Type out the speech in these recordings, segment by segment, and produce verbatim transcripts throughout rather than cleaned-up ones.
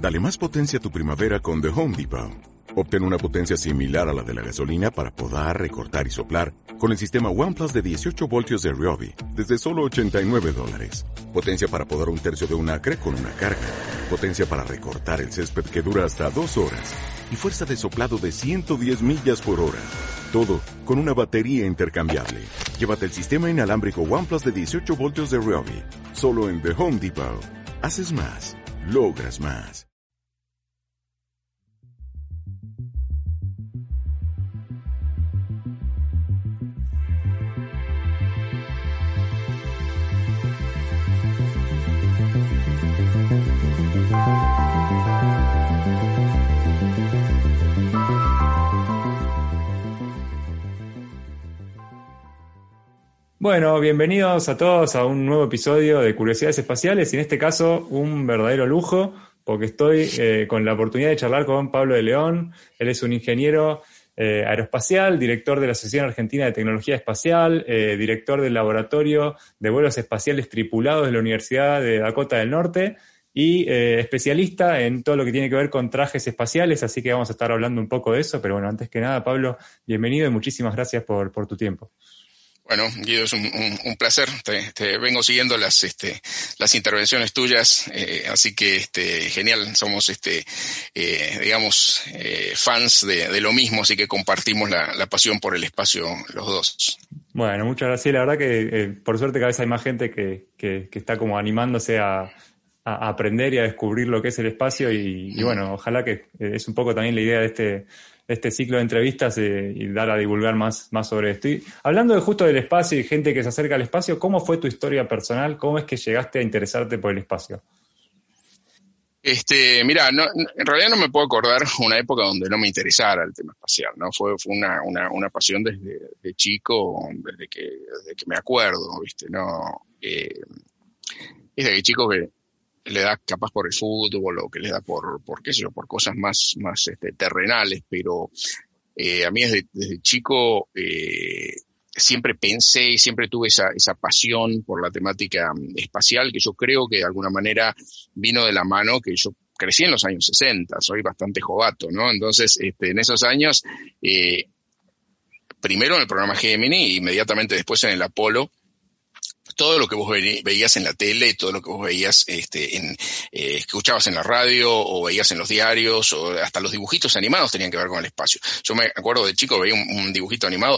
Dale más potencia a tu primavera con The Home Depot. Obtén una potencia similar a la de la gasolina para podar, recortar y soplar con el sistema OnePlus de dieciocho voltios de Ryobi desde solo ochenta y nueve dólares. Potencia para podar un tercio de un acre con una carga. Potencia para recortar el césped que dura hasta dos horas. Y fuerza de soplado de ciento diez millas por hora. Todo con una batería intercambiable. Llévate el sistema inalámbrico OnePlus de dieciocho voltios de Ryobi. Solo en The Home Depot. Haces más. Logras más. Bueno, bienvenidos a todos a un nuevo episodio de Curiosidades Espaciales y en este caso un verdadero lujo porque estoy eh, con la oportunidad de charlar con Pablo de León. Él es un ingeniero eh, aeroespacial, director de la Asociación Argentina de Tecnología Espacial, eh, director del Laboratorio de Vuelos Espaciales Tripulados de la Universidad de Dakota del Norte y eh, especialista en todo lo que tiene que ver con trajes espaciales, así que vamos a estar hablando un poco de eso. Pero bueno, antes que nada, Pablo, bienvenido y muchísimas gracias por, por tu tiempo. Bueno, Guido, es un, un, un placer. Te, te vengo siguiendo las, este, las intervenciones tuyas, eh, así que este, genial. Somos, este, eh, digamos, eh, fans de, de lo mismo, así que compartimos la, la pasión por el espacio los dos. Bueno, muchas gracias. La verdad que eh, por suerte cada vez hay más gente que, que, que está como animándose a, a aprender y a descubrir lo que es el espacio y, y bueno, ojalá que eh, es un poco también la idea de este este ciclo de entrevistas eh, y dar a divulgar más, más sobre esto. Y hablando de justo del espacio y gente que se acerca al espacio, ¿cómo fue tu historia personal? ¿Cómo es que llegaste a interesarte por el espacio? Este, mira, no, en realidad no me puedo acordar una época donde no me interesara el tema espacial, ¿no? Fue, fue una, una, una pasión desde de chico, desde que, desde que me acuerdo, ¿viste? No, eh, desde que chico que le da capaz por el fútbol o que le da por, por qué sé yo, por cosas más, más este, terrenales, pero eh, a mí desde, desde chico eh, siempre pensé y siempre tuve esa, esa pasión por la temática espacial que yo creo que de alguna manera vino de la mano que yo crecí en los años sesenta, soy bastante jovato, ¿no? Entonces, este, en esos años, eh, primero en el programa Gemini y inmediatamente después en el Apolo, todo lo que vos ve, veías en la tele, todo lo que vos veías, este, en, eh, escuchabas en la radio o veías en los diarios o hasta los dibujitos animados tenían que ver con el espacio. Yo me acuerdo de chico, veía un, un dibujito animado,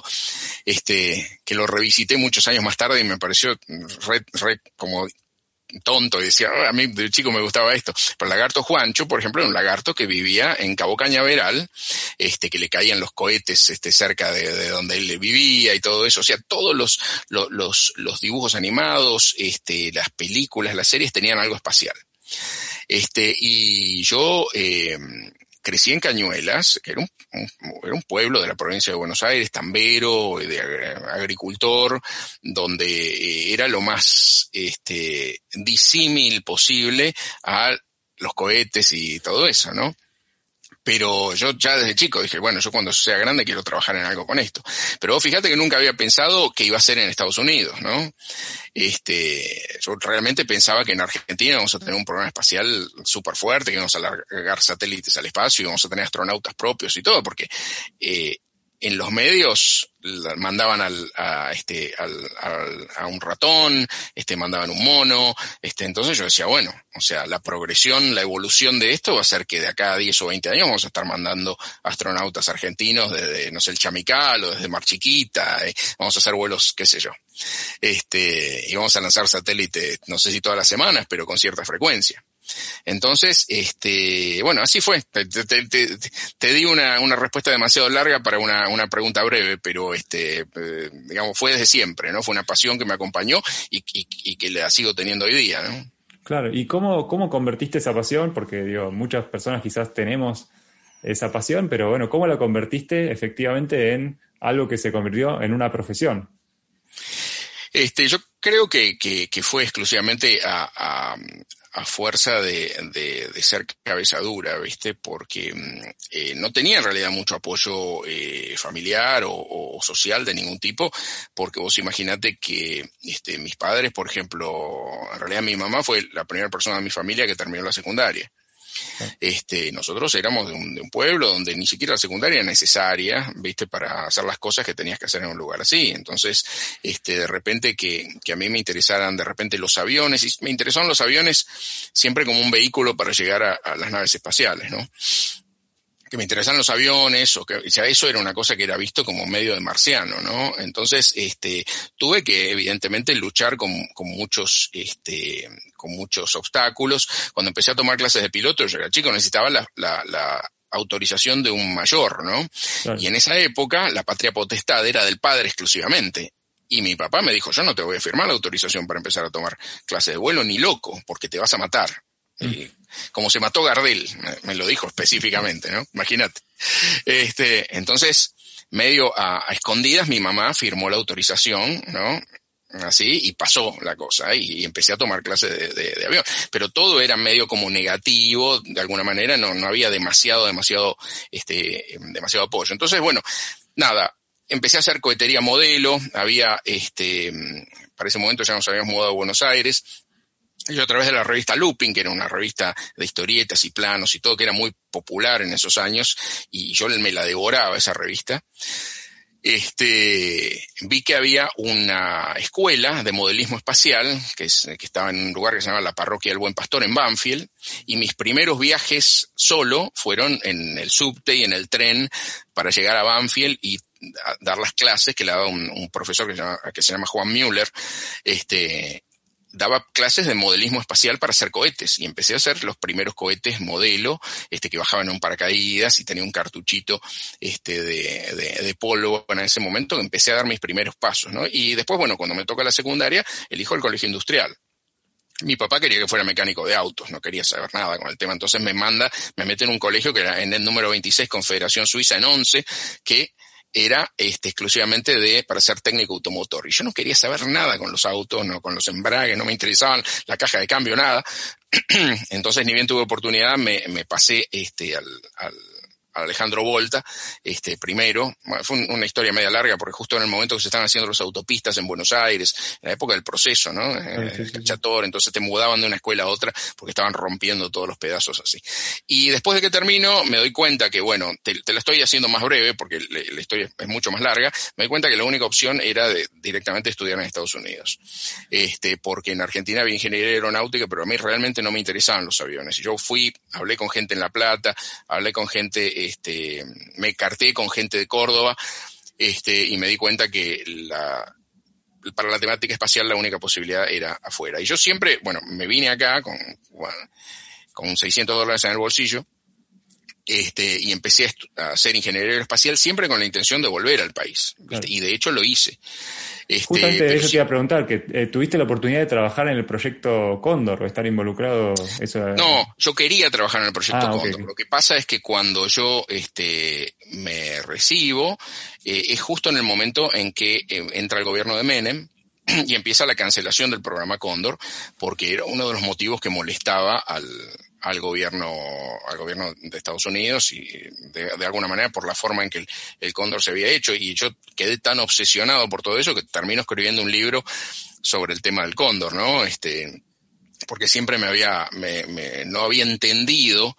este, que lo revisité muchos años más tarde y me pareció re, re como tonto y decía, oh, a mí de chico me gustaba esto. Pero el lagarto Juancho, por ejemplo, era un lagarto que vivía en Cabo Cañaveral, este, que le caían los cohetes, este, cerca de, de donde él vivía y todo eso. O sea, todos los, los, los, los dibujos animados, este, las películas, las series tenían algo espacial. Este, y yo, eh, crecí en Cañuelas, que era un, un, era un pueblo de la provincia de Buenos Aires, tambero, de agricultor, donde era lo más este, disímil posible a los cohetes y todo eso, ¿no? Pero yo ya desde chico dije, bueno, yo cuando sea grande quiero trabajar en algo con esto. Pero vos fíjate que nunca había pensado que iba a ser en Estados Unidos, ¿no? Este, yo realmente pensaba que en Argentina vamos a tener un programa espacial súper fuerte, que vamos a largar satélites al espacio y vamos a tener astronautas propios y todo, porque eh, en los medios mandaban al, a, este, al, al, a un ratón, este, mandaban un mono, este, entonces yo decía, bueno, o sea, la progresión, la evolución de esto va a ser que de acá a diez o veinte años vamos a estar mandando astronautas argentinos desde, no sé, el Chamical o desde Mar Chiquita, eh, vamos a hacer vuelos, qué sé yo, este, y vamos a lanzar satélites, no sé si todas las semanas, pero con cierta frecuencia. Entonces, este, bueno, así fue. Te, te, te, te di una, una respuesta demasiado larga para una, una pregunta breve, pero este, eh, digamos, fue desde siempre, ¿no? Fue una pasión que me acompañó y, y, y que la sigo teniendo hoy día, ¿no? Claro, ¿y cómo, cómo convertiste esa pasión? Porque, digo, muchas personas quizás tenemos esa pasión, pero bueno, ¿cómo la convertiste efectivamente en algo que se convirtió en una profesión? Este, yo creo que, que, que fue exclusivamente a, a a fuerza de, de, de ser cabeza dura, ¿viste? Porque eh, no tenía en realidad mucho apoyo eh, familiar o, o social de ningún tipo, porque vos imaginate que este, mis padres, por ejemplo, en realidad mi mamá fue la primera persona de mi familia que terminó la secundaria. Este, nosotros éramos de un, de un pueblo donde ni siquiera la secundaria era necesaria, ¿viste? Para hacer las cosas que tenías que hacer en un lugar así. Entonces, este, de repente que, que a mí me interesaran de repente los aviones, y me interesaron los aviones siempre como un vehículo para llegar a, a las naves espaciales, ¿no? Que me interesaban los aviones, o que o sea, eso era una cosa que era visto como medio de marciano, ¿no? Entonces, este, tuve que evidentemente luchar con, con muchos, este, con muchos obstáculos. Cuando empecé a tomar clases de piloto, yo era chico, necesitaba la, la, la autorización de un mayor, ¿no? Claro. Y en esa época, la patria potestad era del padre exclusivamente. Y mi papá me dijo, yo no te voy a firmar la autorización para empezar a tomar clases de vuelo, ni loco, porque te vas a matar. Y como se mató Gardel, me, me lo dijo específicamente, ¿no? Imagínate. Este, entonces, medio a, a escondidas, mi mamá firmó la autorización, ¿no? Así, y pasó la cosa, y, y empecé a tomar clases de, de, de avión. Pero todo era medio como negativo, de alguna manera, no, no había demasiado, demasiado, este, demasiado apoyo. Entonces, bueno, nada, empecé a hacer cohetería modelo, había, este, para ese momento ya nos habíamos mudado a Buenos Aires. Yo a través de la revista Looping, que era una revista de historietas y planos y todo, que era muy popular en esos años, y yo me la devoraba esa revista, este, vi que había una escuela de modelismo espacial, que, es, que estaba en un lugar que se llama la Parroquia del Buen Pastor en Banfield, y mis primeros viajes solo fueron en el subte y en el tren para llegar a Banfield y a dar las clases que le daba un, un profesor que se llama, que se llama Juan Müller, este, daba clases de modelismo espacial para hacer cohetes, y empecé a hacer los primeros cohetes modelo, este, que bajaban en un paracaídas y tenía un cartuchito, este, de, de, de polvo en ese momento, que empecé a dar mis primeros pasos, ¿no? Y después, bueno, cuando me toca la secundaria, elijo el colegio industrial. Mi papá quería que fuera mecánico de autos, no quería saber nada con el tema, entonces me manda, me mete en un colegio que era en el número veintiséis, Confederación Suiza, en once, que era este, exclusivamente de para ser técnico automotor. Y yo no quería saber nada con los autos, no con los embragues, no me interesaban la caja de cambio, nada. Entonces, ni bien tuve oportunidad, me, me pasé este, al, al Alejandro Volta, este, primero. Bueno, fue un, una historia media larga, porque justo en el momento que se estaban haciendo las autopistas en Buenos Aires, en la época del proceso, ¿no? Sí, sí, sí. Cachator, entonces te mudaban de una escuela a otra porque estaban rompiendo todos los pedazos así. Y después de que termino, me doy cuenta que, bueno, te, te la estoy haciendo más breve porque la historia es mucho más larga, me doy cuenta que la única opción era de, directamente estudiar en Estados Unidos. Este, porque en Argentina había ingeniería aeronáutica, pero a mí realmente no me interesaban los aviones. Yo fui, hablé con gente en La Plata, hablé con gente, este, me carté con gente de Córdoba, este, y me di cuenta que la, para la temática espacial la única posibilidad era afuera. Y yo siempre, bueno, me vine acá con, bueno, con seiscientos dólares en el bolsillo, este, y empecé a, a ser ingeniero espacial siempre con la intención de volver al país. Claro. Y de hecho lo hice. Este, Justamente eso sí, te iba a preguntar, que eh, tuviste la oportunidad de trabajar en el proyecto Cóndor, o estar involucrado. Eso... No, yo quería trabajar en el proyecto ah, Cóndor. Okay. Lo que pasa es que cuando yo este, me recibo, eh, es justo en el momento en que eh, entra el gobierno de Menem y empieza la cancelación del programa Cóndor, porque era uno de los motivos que molestaba al, al gobierno, al gobierno de Estados Unidos, y de, de alguna manera por la forma en que el, el Cóndor se había hecho. Y yo quedé tan obsesionado por todo eso que termino escribiendo un libro sobre el tema del Cóndor, ¿no? Este, porque siempre me había, me, me, no había entendido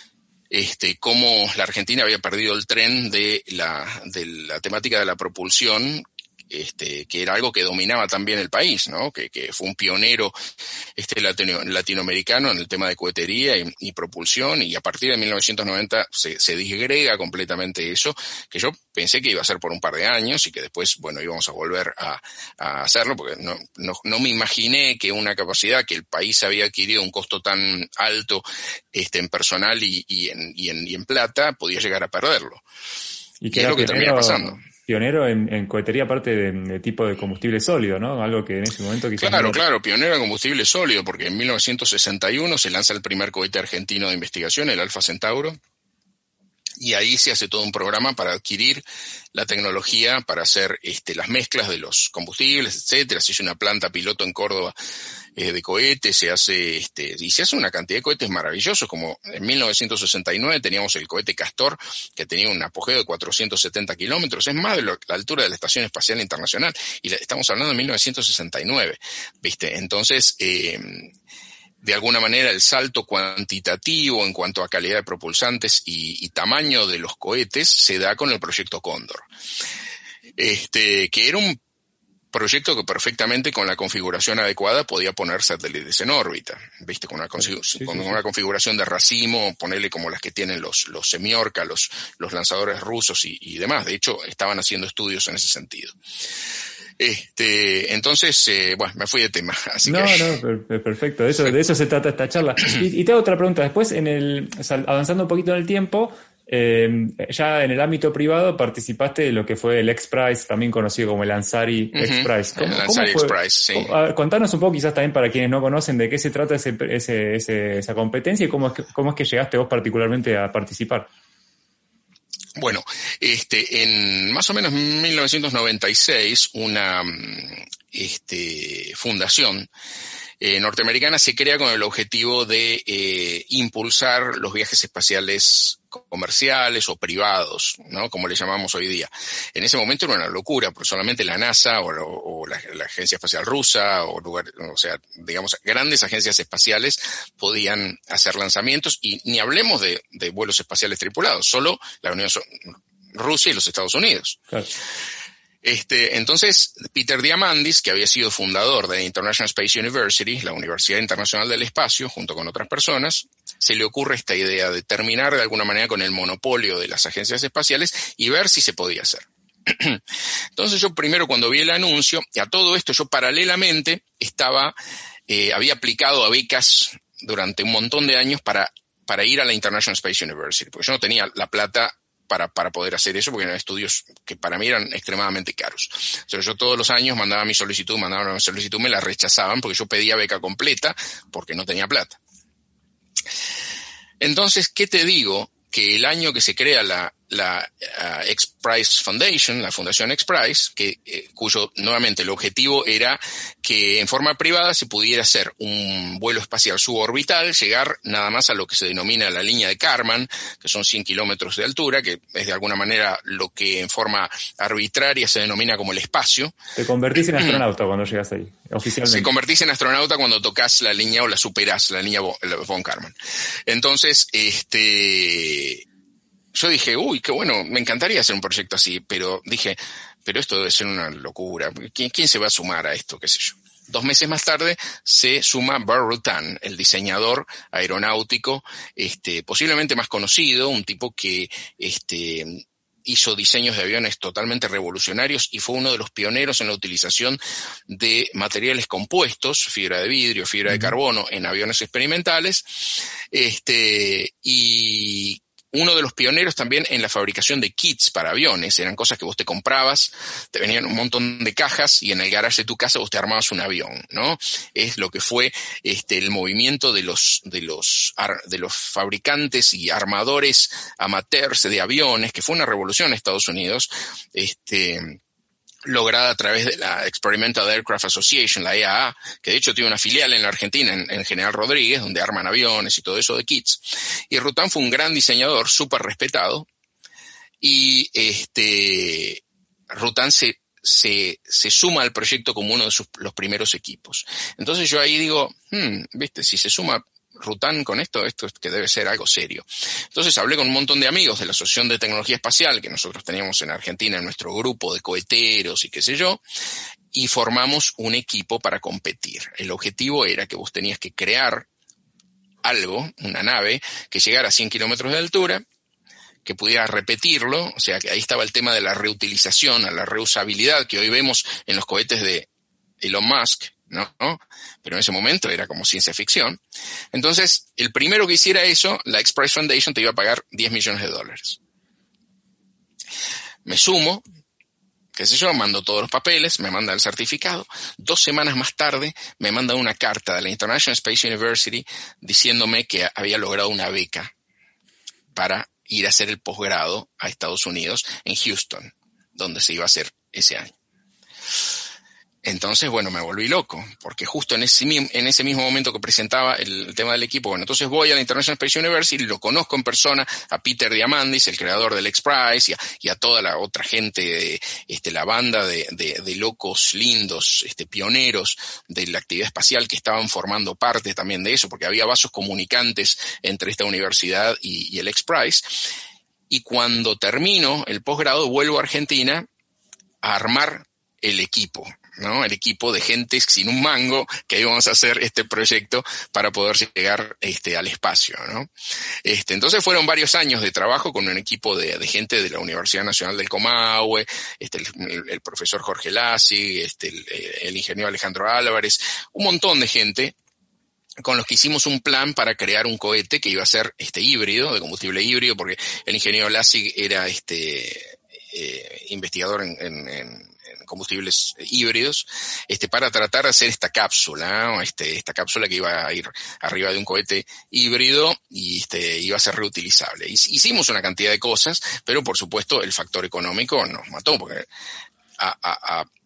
este, cómo la Argentina había perdido el tren de la, de la temática de la propulsión, este, que era algo que dominaba también el país, ¿no? Que, que fue un pionero este, latino, latinoamericano en el tema de cohetería y, y propulsión, y a partir de mil novecientos noventa se, se disgrega completamente eso, que yo pensé que iba a ser por un par de años y que después, bueno, íbamos a volver a, a hacerlo, porque no, no, no me imaginé que una capacidad que el país había adquirido un costo tan alto este, en personal y, y, en, y, en, y en plata, podía llegar a perderlo. Y, y es lo que termina pasando. Pionero en, en cohetería aparte de, de tipo de combustible sólido, ¿no? Algo que en ese momento quizás... Claro, no... claro, pionero en combustible sólido, porque en mil novecientos sesenta y uno se lanza el primer cohete argentino de investigación, el Alfa Centauro, y ahí se hace todo un programa para adquirir la tecnología para hacer este, las mezclas de los combustibles, etcétera. Se hizo una planta piloto en Córdoba eh, de cohetes, se hace este, y se hace una cantidad de cohetes maravillosos, como en mil novecientos sesenta y nueve teníamos el cohete Castor, que tenía un apogeo de cuatrocientos setenta kilómetros, es más de lo, la altura de la Estación Espacial Internacional, y la, estamos hablando de mil novecientos sesenta y nueve, ¿viste? Entonces, eh, de alguna manera el salto cuantitativo en cuanto a calidad de propulsantes y, y tamaño de los cohetes se da con el proyecto Cóndor, este, que era un proyecto que perfectamente con la configuración adecuada podía poner satélites en órbita, ¿viste? Con una, sí, sí, con una sí. configuración de racimo, ponerle como las que tienen los, los Semiorca, los, los lanzadores rusos y, y demás. De hecho, estaban haciendo estudios en ese sentido. Este, entonces, eh, bueno, me fui de tema. Así no, que... no, perfecto. De eso, de eso se trata esta charla. Y, y te hago otra pregunta. Después, en el, o sea, avanzando un poquito en el tiempo, Eh, ya en el ámbito privado participaste de lo que fue el X-Prize, también conocido como el Ansari uh-huh. X-Prize. ¿Cómo, el Ansari ¿cómo fue? X-Prize, sí. A ver, contanos un poco, quizás también para quienes no conocen, de qué se trata ese, ese, ese, esa competencia y cómo es, que, cómo es que llegaste vos particularmente a participar. Bueno, este, en más o menos mil novecientos noventa y seis, una este, fundación Eh, norteamericana se crea con el objetivo de eh, impulsar los viajes espaciales comerciales o privados, ¿no? Como le llamamos hoy día. En ese momento era una locura, porque solamente la NASA o, o la, la Agencia Espacial Rusa o, lugar, o sea, digamos, grandes agencias espaciales podían hacer lanzamientos y ni hablemos de, de vuelos espaciales tripulados, solo la Unión Rusia y los Estados Unidos. Claro. Este, entonces, Peter Diamandis, que había sido fundador de International Space University, la Universidad Internacional del Espacio, junto con otras personas, se le ocurre esta idea de terminar de alguna manera con el monopolio de las agencias espaciales y ver si se podía hacer. Entonces yo primero cuando vi el anuncio, y a todo esto yo paralelamente estaba, eh, había aplicado a becas durante un montón de años para, para ir a la International Space University, porque yo no tenía la plata Para, para poder hacer eso, porque eran estudios que para mí eran extremadamente caros. O sea, yo todos los años mandaba mi solicitud, mandaba mi solicitud, me la rechazaban porque yo pedía beca completa porque no tenía plata. Entonces, ¿qué te digo? Que el año que se crea la, la uh, X-Prize Foundation, la Fundación X-Prize, que, eh, cuyo nuevamente el objetivo era que en forma privada se pudiera hacer un vuelo espacial suborbital, llegar nada más a lo que se denomina la línea de Kármán, que son cien kilómetros de altura, que es de alguna manera lo que en forma arbitraria se denomina como el espacio. Te convertís en astronauta cuando llegas ahí, oficialmente. Se convertís en astronauta cuando tocas la línea o la superás, la línea von Kármán. Entonces, este... yo dije, uy, qué bueno, me encantaría hacer un proyecto así, pero dije, pero esto debe ser una locura. ¿Quién, quién se va a sumar a esto? ¿Qué sé yo? Dos meses más tarde se suma Burt Rutan, el diseñador aeronáutico, este, posiblemente más conocido, un tipo que, este, hizo diseños de aviones totalmente revolucionarios y fue uno de los pioneros en la utilización de materiales compuestos, fibra de vidrio, fibra de carbono, en aviones experimentales, este, y uno de los pioneros también en la fabricación de kits para aviones. Eran cosas que vos te comprabas, te venían un montón de cajas y en el garage de tu casa vos te armabas un avión, ¿no? Es lo que fue este el movimiento de los de los de los fabricantes y armadores amateurs de aviones, que fue una revolución en Estados Unidos, este lograda a través de la Experimental Aircraft Association, la E A A, que de hecho tiene una filial en la Argentina, en, en General Rodríguez, donde arman aviones y todo eso de kits. Y Rutan fue un gran diseñador, súper respetado, y este Rutan se, se, se suma al proyecto como uno de sus, los primeros equipos. Entonces yo ahí digo, hmm, viste, si se suma Rutan con esto, esto es que debe ser algo serio. Entonces hablé con un montón de amigos de la Asociación de Tecnología Espacial que nosotros teníamos en Argentina, en nuestro grupo de coheteros y qué sé yo, y formamos un equipo para competir. El objetivo era que vos tenías que crear algo, una nave, que llegara a cien kilómetros de altura, que pudiera repetirlo, o sea que ahí estaba el tema de la reutilización, a la reusabilidad que hoy vemos en los cohetes de Elon Musk, ¿no? Pero en ese momento era como ciencia ficción. Entonces, el primero que hiciera eso, la X-Prize Foundation te iba a pagar diez millones de dólares. Me sumo, qué sé yo, mando todos los papeles, me manda el certificado. Dos semanas más tarde me manda una carta de la International Space University diciéndome que había logrado una beca para ir a hacer el posgrado a Estados Unidos en Houston, donde se iba a hacer ese año. Entonces, bueno, me volví loco, porque justo en ese, en ese mismo momento que presentaba el, el tema del equipo, bueno, entonces voy a la International Space University, lo conozco en persona, a Peter Diamandis, el creador del X-Prize, y a, y a toda la otra gente, de, este, la banda de, de, de locos lindos, este, pioneros de la actividad espacial que estaban formando parte también de eso, porque había vasos comunicantes entre esta universidad y, y el X-Prize. Y cuando termino el posgrado, vuelvo a Argentina a armar el equipo, ¿no? El equipo de gente sin un mango que íbamos a hacer este proyecto para poder llegar este, al espacio, ¿no? Este, entonces fueron varios años de trabajo con un equipo de, de gente de la Universidad Nacional del Comahue, este, el, el profesor Jorge Lassi, este, el, el ingeniero Alejandro Álvarez, un montón de gente con los que hicimos un plan para crear un cohete que iba a ser este híbrido, de combustible híbrido, porque el ingeniero Lassi era este eh, investigador en, en, en combustibles híbridos, este, para tratar de hacer esta cápsula, ¿no? este, esta cápsula que iba a ir arriba de un cohete híbrido y este, iba a ser reutilizable. Hicimos una cantidad de cosas, pero por supuesto el factor económico nos mató, porque a, a, a,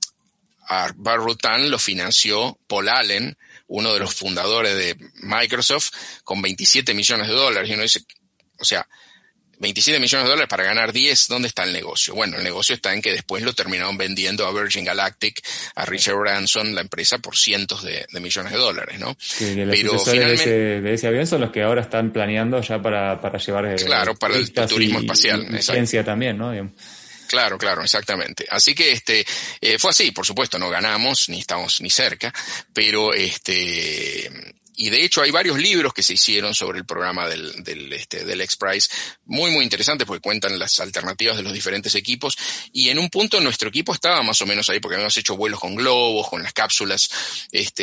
a Bar Rutan lo financió Paul Allen, uno de los fundadores de Microsoft, con veintisiete millones de dólares. Y uno dice, o sea, veintisiete millones de dólares para ganar diez, ¿dónde está el negocio? Bueno, el negocio está en que después lo terminaron vendiendo a Virgin Galactic, a Richard Branson, la empresa, por cientos de, de millones de dólares, ¿no? Sí, que los Pero finalmente, de, ese, de ese avión son los que ahora están planeando ya para, para llevar... Claro, para el turismo y, espacial. Y, y ciencia también, ¿no? Digamos. Claro, claro, exactamente. Así que este eh, fue así, por supuesto, no ganamos, ni estamos ni cerca, pero este... Y de hecho hay varios libros que se hicieron sobre el programa del, del, este, del X-Prize, muy, muy interesantes porque cuentan las alternativas de los diferentes equipos. Y en un punto nuestro equipo estaba más o menos ahí porque habíamos hecho vuelos con globos, con las cápsulas, este,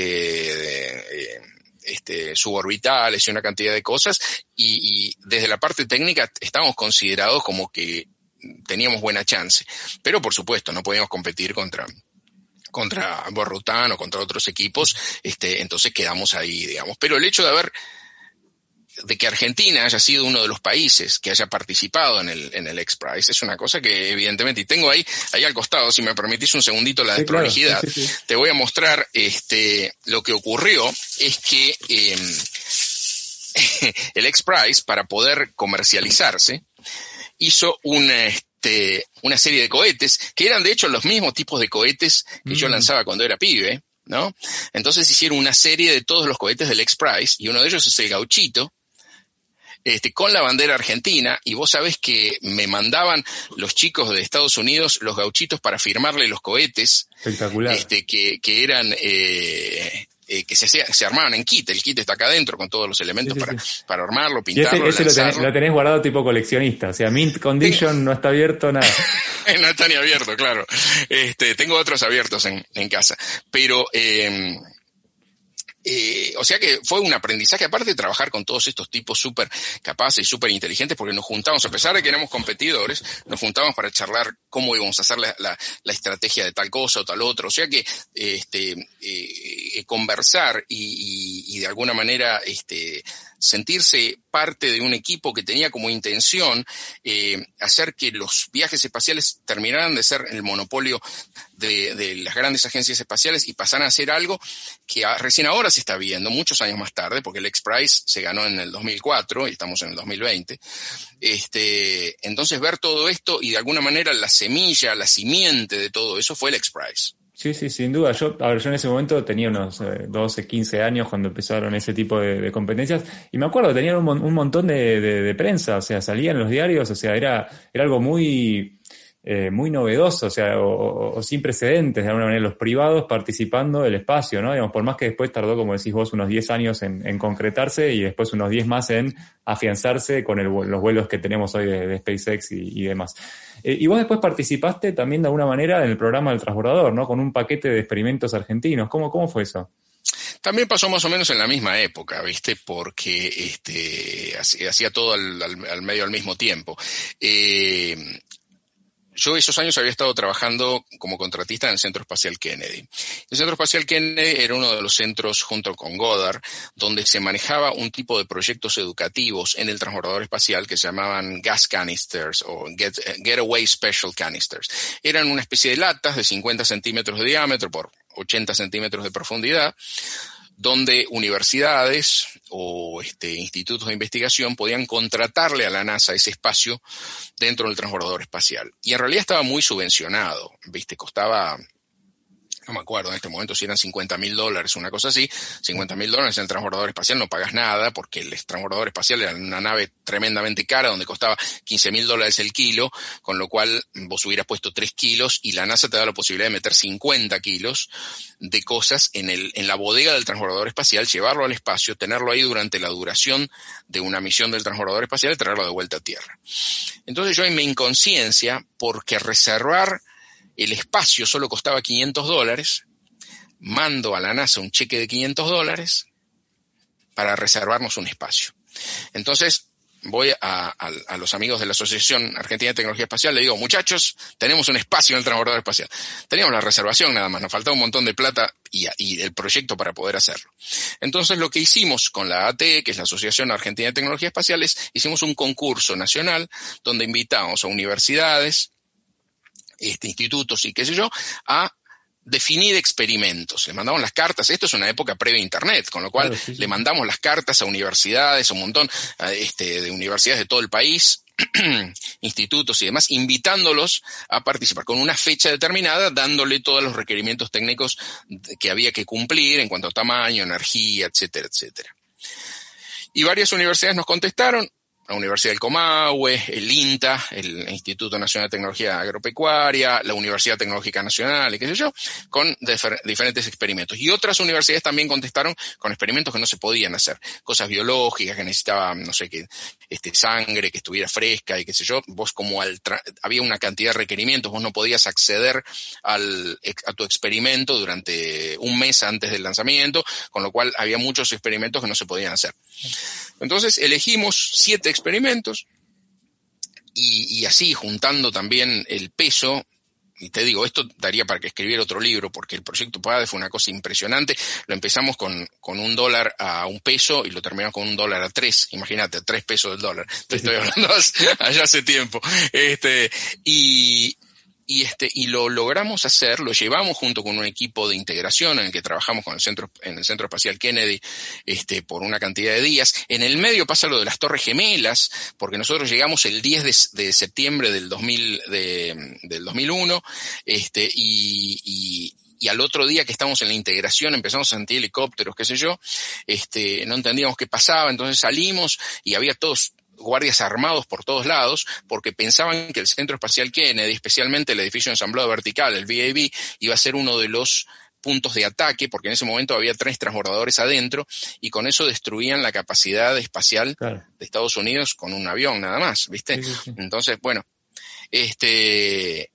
de, este, suborbitales y una cantidad de cosas. Y, y desde la parte técnica estábamos considerados como que teníamos buena chance. Pero por supuesto no podíamos competir contra... contra Borrután o contra otros equipos, este, entonces quedamos ahí, digamos. Pero el hecho de haber, de que Argentina haya sido uno de los países que haya participado en el, en el X-Prize es una cosa que evidentemente, y tengo ahí, ahí al costado, si me permitís un segundito la desprolijidad, sí, claro, sí, sí, sí. Te voy a mostrar, este, lo que ocurrió es que, eh, el X-Prize, para poder comercializarse, hizo un, este, una serie de cohetes que eran de hecho los mismos tipos de cohetes que mm. yo lanzaba cuando era pibe, ¿no? Entonces hicieron una serie de todos los cohetes del X-Prize y uno de ellos es el Gauchito, este, con la bandera argentina, y vos sabés que me mandaban los chicos de Estados Unidos los gauchitos para firmarle los cohetes. Espectacular. Este, que, que eran, eh, Eh, que se, se armaban en kit, el kit está acá adentro con todos los elementos sí, sí, para, sí. para armarlo, pintarlo, y ese, ese lo, tenés, lo tenés guardado tipo coleccionista, o sea, mint condition, no está abierto, nada. No está ni abierto, claro. Este, tengo otros abiertos en, en casa, pero eh, Eh, o sea que fue un aprendizaje, aparte de trabajar con todos estos tipos súper capaces y súper inteligentes, porque nos juntamos, a pesar de que éramos competidores, nos juntamos para charlar cómo íbamos a hacer la, la, la estrategia de tal cosa o tal otra. O sea que este, eh, conversar y, y, y de alguna manera este, sentirse parte de un equipo que tenía como intención eh, hacer que los viajes espaciales terminaran de ser el monopolio de, de las grandes agencias espaciales y pasaran a ser algo que a, recién ahora se está viendo, muchos años más tarde, porque el X-Prize se ganó en el dos mil cuatro y estamos en el dos mil veinte. Este, entonces ver todo esto y de alguna manera la semilla, la simiente de todo eso fue el X-Prize. Sí, sí, sin duda. Yo, a ver, yo en ese momento tenía unos eh, doce, quince años cuando empezaron ese tipo de, de competencias y me acuerdo, tenían un, un montón de, de, de prensa, o sea, salían en los diarios, o sea, era, era algo muy, eh, muy novedoso, o sea, o, o, o sin precedentes, de alguna manera, los privados participando del espacio, ¿no? Digamos, por más que después tardó, como decís vos, unos diez años en, en concretarse y después unos diez más en afianzarse con el, los vuelos que tenemos hoy de, de SpaceX y, y demás. Eh, y vos después participaste también de alguna manera en el programa del transbordador, ¿no? Con un paquete de experimentos argentinos. ¿Cómo, cómo fue eso? También pasó más o menos en la misma época, ¿viste? Porque este, hacía todo al, al, al medio al mismo tiempo. Eh, yo esos años había estado trabajando como contratista en el Centro Espacial Kennedy. El Centro Espacial Kennedy era uno de los centros, junto con Goddard, donde se manejaba un tipo de proyectos educativos en el transbordador espacial que se llamaban gas canisters o get, getaway special canisters. Eran una especie de latas de cincuenta centímetros de diámetro por ochenta centímetros de profundidad, donde universidades o este, institutos de investigación podían contratarle a la NASA ese espacio dentro del transbordador espacial. Y en realidad estaba muy subvencionado, ¿viste? Costaba, no me acuerdo en este momento si eran cincuenta mil dólares, una cosa así. cincuenta mil dólares en el transbordador espacial no pagas nada, porque el transbordador espacial era una nave tremendamente cara, donde costaba quince mil dólares el kilo, con lo cual vos hubieras puesto tres kilos y la NASA te da la posibilidad de meter cincuenta kilos de cosas en, el, en la bodega del transbordador espacial, llevarlo al espacio, tenerlo ahí durante la duración de una misión del transbordador espacial y traerlo de vuelta a Tierra. Entonces yo en mi inconsciencia, porque reservar el espacio solo costaba quinientos dólares, mando a la NASA un cheque de quinientos dólares para reservarnos un espacio. Entonces voy a, a, a los amigos de la Asociación Argentina de Tecnología Espacial, le digo, muchachos, tenemos un espacio en el transbordador espacial. Teníamos la reservación nada más, nos faltaba un montón de plata y, y el proyecto para poder hacerlo. Entonces lo que hicimos con la A T E, que es la Asociación Argentina de Tecnología Espacial, es, hicimos un concurso nacional donde invitamos a universidades, este, institutos y qué sé yo, a definir experimentos. Le mandamos las cartas. Esto es una época previa a Internet, con lo cual claro, sí, sí. le mandamos las cartas a universidades, a un montón este, de universidades de todo el país, institutos y demás, invitándolos a participar con una fecha determinada, dándole todos los requerimientos técnicos que había que cumplir en cuanto a tamaño, energía, etcétera, etcétera. Y varias universidades nos contestaron. La Universidad del Comahue, el INTA, el Instituto Nacional de Tecnología Agropecuaria, la Universidad Tecnológica Nacional y qué sé yo, con difer- diferentes experimentos. Y otras universidades también contestaron con experimentos que no se podían hacer. Cosas biológicas que necesitaban, no sé, que este, sangre que estuviera fresca y qué sé yo. Vos como al tra- había una cantidad de requerimientos, vos no podías acceder al, a tu experimento durante un mes antes del lanzamiento, con lo cual había muchos experimentos que no se podían hacer. Entonces elegimos siete experimentos y, y así juntando también el peso, y te digo, esto daría para que escribiera otro libro porque el proyecto PADE fue una cosa impresionante. Lo empezamos con, con un dólar a un peso y lo terminamos con un dólar a tres, imagínate, tres pesos del dólar, te estoy hablando allá hace tiempo. Este, y... Y este, y lo logramos hacer, lo llevamos junto con un equipo de integración en el que trabajamos con el centro, en el Centro Espacial Kennedy, este, por una cantidad de días. En el medio pasa lo de las Torres Gemelas, porque nosotros llegamos el diez de septiembre del dos mil, de, del dos mil uno, este, y, y, y al otro día que estamos en la integración empezamos a sentir helicópteros, qué sé yo, este, no entendíamos qué pasaba, entonces salimos y había todos guardias armados por todos lados, porque pensaban que el Centro Espacial Kennedy, especialmente el edificio de ensamblado vertical, el V A B, iba a ser uno de los puntos de ataque, porque en ese momento había tres transbordadores adentro, y con eso destruían la capacidad espacial claro. de Estados Unidos con un avión nada más, ¿viste? Sí, sí, sí. Entonces, bueno, este...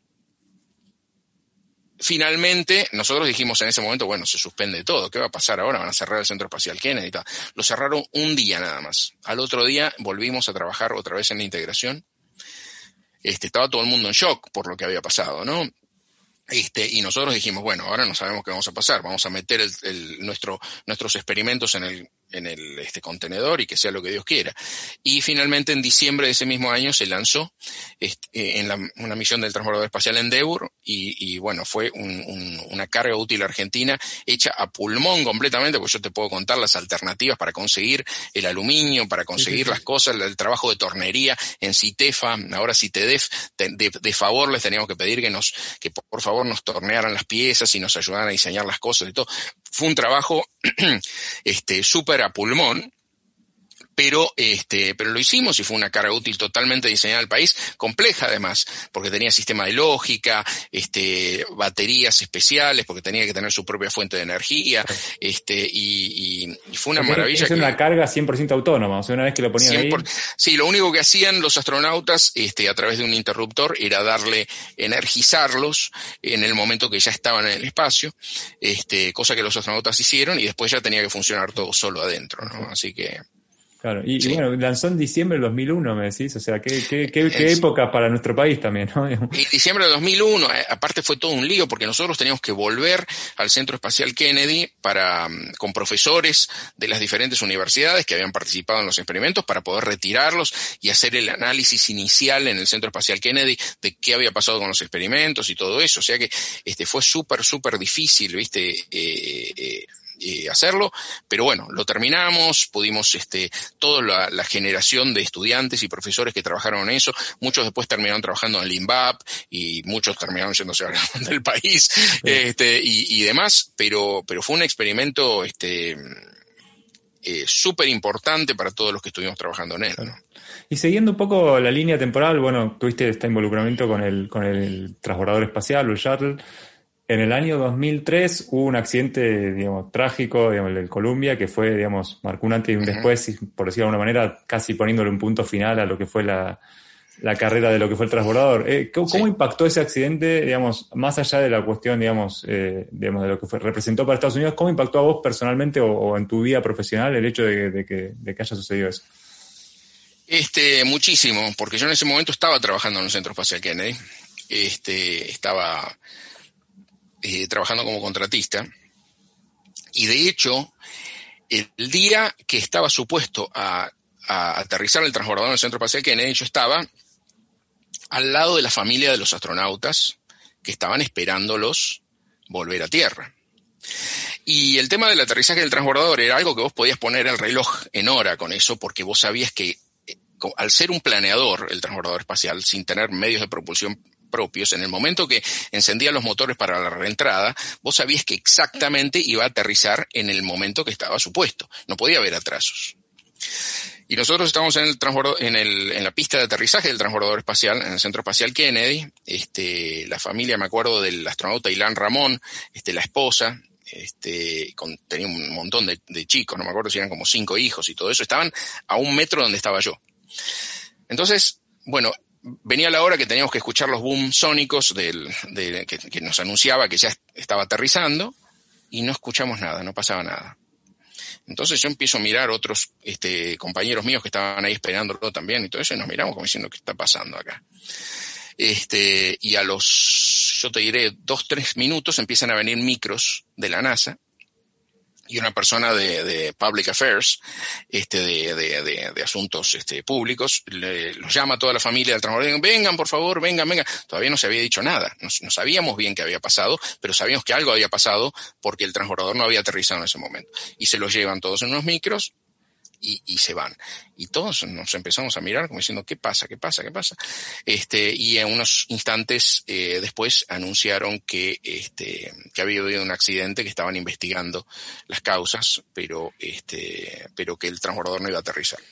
Finalmente, nosotros dijimos en ese momento, bueno, se suspende todo, ¿qué va a pasar ahora? Van a cerrar el Centro Espacial Kennedy y tal. Lo cerraron un día nada más. Al otro día volvimos a trabajar otra vez en la integración. Este, estaba todo el mundo en shock por lo que había pasado, ¿no? Este, y nosotros dijimos, bueno, ahora no sabemos qué vamos a pasar, vamos a meter el, el, nuestro, nuestros experimentos en el, en el este contenedor y que sea lo que Dios quiera. Y finalmente en diciembre de ese mismo año se lanzó este, en la, una misión del transbordador espacial Endeavour y, y bueno, fue un, un, una carga útil argentina hecha a pulmón completamente, porque yo te puedo contar las alternativas para conseguir el aluminio, para conseguir sí, sí. las cosas, el trabajo de tornería en CITEFA, ahora CITEDEF, de, de, de favor les teníamos que pedir que nos, que por favor nos tornearan las piezas y nos ayudaran a diseñar las cosas y todo. Fue un trabajo este súper a pulmón, pero este pero lo hicimos y fue una carga útil totalmente diseñada al país, compleja además, porque tenía sistema de lógica, este baterías especiales, porque tenía que tener su propia fuente de energía, este y, y, y fue una porque maravilla. Es una que, carga cien por ciento autónoma, o sea, una vez que lo ponían ahí... Sí, lo único que hacían los astronautas este a través de un interruptor era darle, energizarlos en el momento que ya estaban en el espacio, este cosa que los astronautas hicieron y después ya tenía que funcionar todo solo adentro, ¿no? Así que... Claro, y, Sí. y bueno, lanzó en diciembre del dos mil uno, me decís, o sea, qué, qué, qué, qué época para nuestro país también, ¿no? En diciembre de dos mil uno, eh, aparte fue todo un lío porque nosotros teníamos que volver al Centro Espacial Kennedy para, con profesores de las diferentes universidades que habían participado en los experimentos para poder retirarlos y hacer el análisis inicial en el Centro Espacial Kennedy de qué había pasado con los experimentos y todo eso. O sea que este fue súper, súper difícil, ¿viste? Eh, eh, Eh, hacerlo, pero bueno, lo terminamos, pudimos, este, toda la, la generación de estudiantes y profesores que trabajaron en eso, muchos después terminaron trabajando en el INVAP y muchos terminaron yéndose del país, sí. este, y, y demás, pero, pero fue un experimento, este, eh, súper importante para todos los que estuvimos trabajando en él, ¿no? Y siguiendo un poco la línea temporal, bueno, tuviste este involucramiento con el, con el transbordador espacial, el Shuttle. En el año dos mil tres hubo un accidente, digamos, trágico, digamos, el del Columbia, que fue, digamos, marcó un antes y un después, uh-huh. por decirlo de alguna manera, casi poniéndole un punto final a lo que fue la, la carrera de lo que fue el transbordador. Eh, ¿cómo, sí. ¿Cómo impactó ese accidente, digamos, más allá de la cuestión, digamos, eh, digamos de lo que fue, representó para Estados Unidos, cómo impactó a vos personalmente o, o en tu vida profesional el hecho de, de, que, de que haya sucedido eso? Este, muchísimo, porque yo en ese momento estaba trabajando en el Centro Espacial Kennedy, este, estaba... Eh, trabajando como contratista, y de hecho el día que estaba supuesto a, a aterrizar el transbordador en el Centro Espacial Kennedy, yo estaba al lado de la familia de los astronautas que estaban esperándolos volver a Tierra. Y el tema del aterrizaje del transbordador era algo que vos podías poner el reloj en hora con eso, porque vos sabías que eh, al ser un planeador, el transbordador espacial, sin tener medios de propulsión propios, en el momento que encendía los motores para la reentrada, vos sabías que exactamente iba a aterrizar en el momento que estaba supuesto. No podía haber atrasos. Y nosotros estábamos en el transbordador, en el, en la pista de aterrizaje del transbordador espacial, en el Centro Espacial Kennedy. Este, la familia, me acuerdo del astronauta Ilan Ramón, este, la esposa, este, con, tenía un montón de, de chicos, no me acuerdo si eran como cinco hijos y todo eso, estaban a un metro donde estaba yo. Entonces, bueno, venía la hora que teníamos que escuchar los boom sónicos del, de, que, que nos anunciaba que ya estaba aterrizando y no escuchamos nada, no pasaba nada. Entonces yo empiezo a mirar otros este, compañeros míos que estaban ahí esperándolo también y todo eso y nos miramos como diciendo ¿qué está pasando acá? Este, y a los, yo te diré, dos, tres minutos empiezan a venir micros de la NASA y una persona de, de Public Affairs, este, de, de, de, de asuntos este, públicos, le, los llama a toda la familia del transbordador, vengan por favor, vengan, vengan. Todavía no se había dicho nada, no, no sabíamos bien qué había pasado, pero sabíamos que algo había pasado porque el transbordador no había aterrizado en ese momento. Y se los llevan todos en unos micros y, y se van. Y todos nos empezamos a mirar como diciendo, ¿qué pasa? ¿Qué pasa? ¿Qué pasa? Este, y en unos instantes eh, después anunciaron que, este, que había habido un accidente, que estaban investigando las causas, pero, este, pero que el transbordador no iba a aterrizar.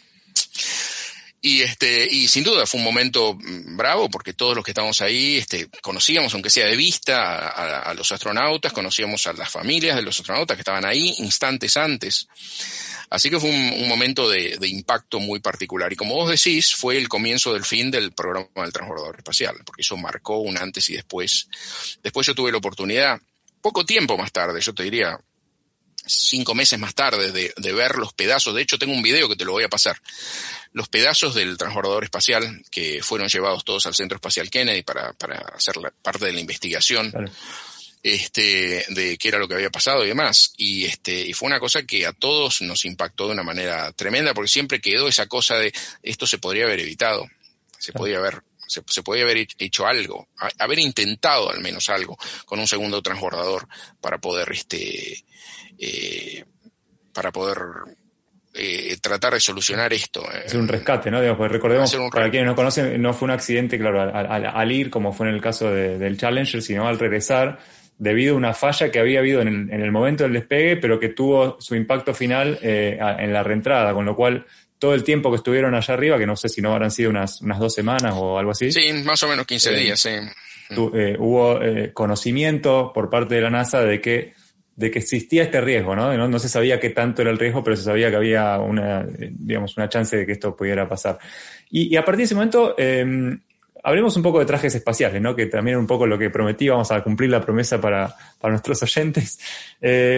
Y este, y sin duda fue un momento bravo porque todos los que estábamos ahí, este, conocíamos, aunque sea de vista, a, a, a los astronautas, conocíamos a las familias de los astronautas que estaban ahí instantes antes. Así que fue un, un momento de, de impacto muy particular. Y como vos decís, fue el comienzo del fin del programa del transbordador espacial, porque eso marcó un antes y después. Después yo tuve la oportunidad, poco tiempo más tarde, yo te diría cinco meses más tarde, de, de ver los pedazos. De hecho, tengo un video que te lo voy a pasar. Los pedazos del transbordador espacial que fueron llevados todos al Centro Espacial Kennedy para, para hacer la, parte de la investigación. Claro. Este, de qué era lo que había pasado y demás, y este, y fue una cosa que a todos nos impactó de una manera tremenda, porque siempre quedó esa cosa de esto se podría haber evitado, se podía haber, se, se podía haber hecho algo, a, haber intentado al menos algo con un segundo transbordador para poder, este, eh, para poder eh, tratar de solucionar esto. Hacer un rescate, ¿no? Digamos, pues recordemos, para quienes no conocen, no fue un accidente, claro, al, al, al ir, como fue en el caso de, del Challenger, sino al regresar, debido a una falla que había habido en el, en el momento del despegue, pero que tuvo su impacto final eh, en la reentrada, con lo cual todo el tiempo que estuvieron allá arriba, que no sé si no habrán sido unas, unas dos semanas o algo así. Sí, más o menos quince eh, días, sí. Tu, eh, hubo eh, conocimiento por parte de la NASA de que, de que existía este riesgo, ¿no? ¿no? No se sabía qué tanto era el riesgo, pero se sabía que había una, eh, digamos, una chance de que esto pudiera pasar. Y, y a partir de ese momento... Eh, hablemos un poco de trajes espaciales, ¿no? Que también es un poco lo que prometí, vamos a cumplir la promesa para, para nuestros oyentes. Eh,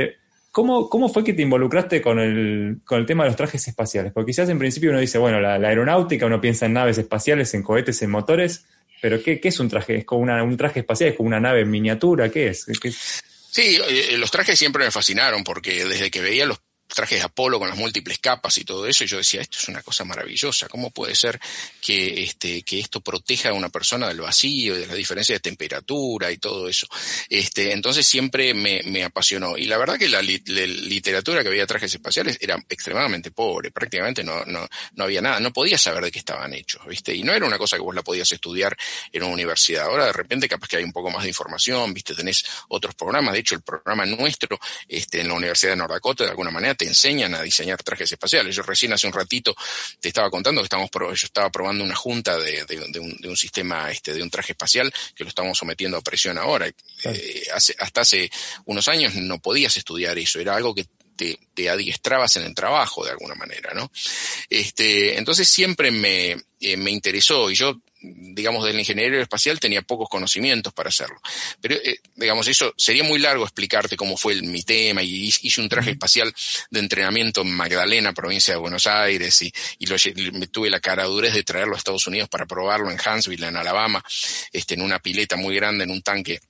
¿Cómo, ¿Cómo fue que te involucraste con el, con el tema de los trajes espaciales? Porque quizás en principio uno dice, bueno, la, la aeronáutica, uno piensa en naves espaciales, en cohetes, en motores, pero ¿qué, qué es un traje? ¿Es como una, un traje espacial? ¿Es como una nave en miniatura? ¿Qué es? ¿Qué es? Sí, eh, los trajes siempre me fascinaron porque desde que veía los trajes de Apolo con las múltiples capas y todo eso, yo decía, esto es una cosa maravillosa, ¿cómo puede ser que este que esto proteja a una persona del vacío, de la diferencia de temperatura y todo eso? Este, entonces siempre me, me apasionó. Y la verdad que la, li, la literatura que había de trajes espaciales era extremadamente pobre, prácticamente no, no, no había nada, no podías saber de qué estaban hechos, ¿viste? Y no era una cosa que vos la podías estudiar en una universidad. Ahora de repente capaz que hay un poco más de información, ¿viste? Tenés otros programas, de hecho el programa nuestro este, en la Universidad de North Dakota de alguna manera te enseñan a diseñar trajes espaciales. Yo recién hace un ratito te estaba contando que estamos pro, yo estaba probando una junta de, de, de, un, de un sistema, este, de un traje espacial que lo estamos sometiendo a presión ahora. Eh, hace, hasta hace unos años no podías estudiar eso, era algo que te, te adiestrabas en el trabajo de alguna manera, ¿no? Este, entonces siempre me, eh, me interesó y yo, digamos, del ingeniero espacial tenía pocos conocimientos para hacerlo. Pero, eh, digamos, eso sería muy largo explicarte cómo fue el, mi tema, y hice un traje espacial de entrenamiento en Magdalena, provincia de Buenos Aires, y, y lo, me tuve la caradurez de traerlo a Estados Unidos para probarlo en Huntsville, en Alabama, este, en una pileta muy grande, en un tanque.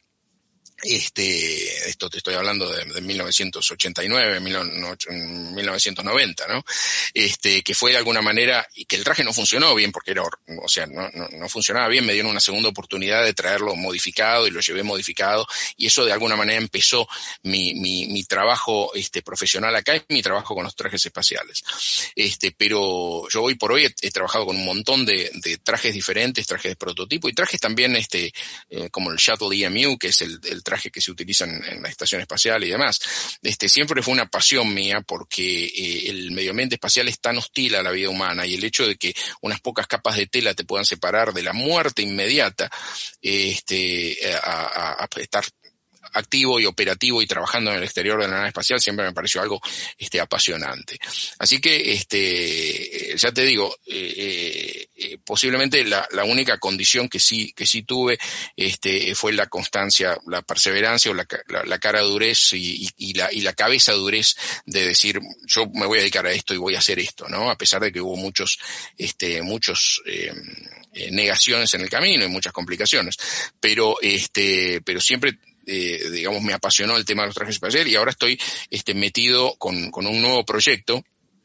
Este, esto te estoy hablando de, de mil novecientos ochenta y nueve, mil novecientos noventa, ¿no? Este, que fue de alguna manera, y que el traje no funcionó bien porque era, o sea, no, no, no funcionaba bien, me dieron una segunda oportunidad de traerlo modificado y lo llevé modificado, y eso de alguna manera empezó mi, mi, mi trabajo, este, profesional acá y mi trabajo con los trajes espaciales. Este, pero yo hoy por hoy he, he trabajado con un montón de, de trajes diferentes, trajes de prototipo y trajes también, este, eh, como el Shuttle E M U, que es el, el traje que se utiliza en, en la estación espacial y demás. Este, siempre fue una pasión mía porque eh, el medio ambiente espacial es tan hostil a la vida humana, y el hecho de que unas pocas capas de tela te puedan separar de la muerte inmediata, este, a, a, a estar activo y operativo y trabajando en el exterior de la nave espacial siempre me pareció algo este apasionante. Así que este ya te digo, eh, eh, posiblemente la, la única condición que sí que sí tuve este fue la constancia, la perseverancia o la, la, la cara durez y, y, y la y la cabeza durez de decir yo me voy a dedicar a esto y voy a hacer esto, ¿no? A pesar de que hubo muchos este muchos eh, eh, negaciones en el camino y muchas complicaciones, pero este pero siempre Eh, digamos, me apasionó el tema de los trajes espaciales y ahora estoy este, metido con, con un nuevo proyecto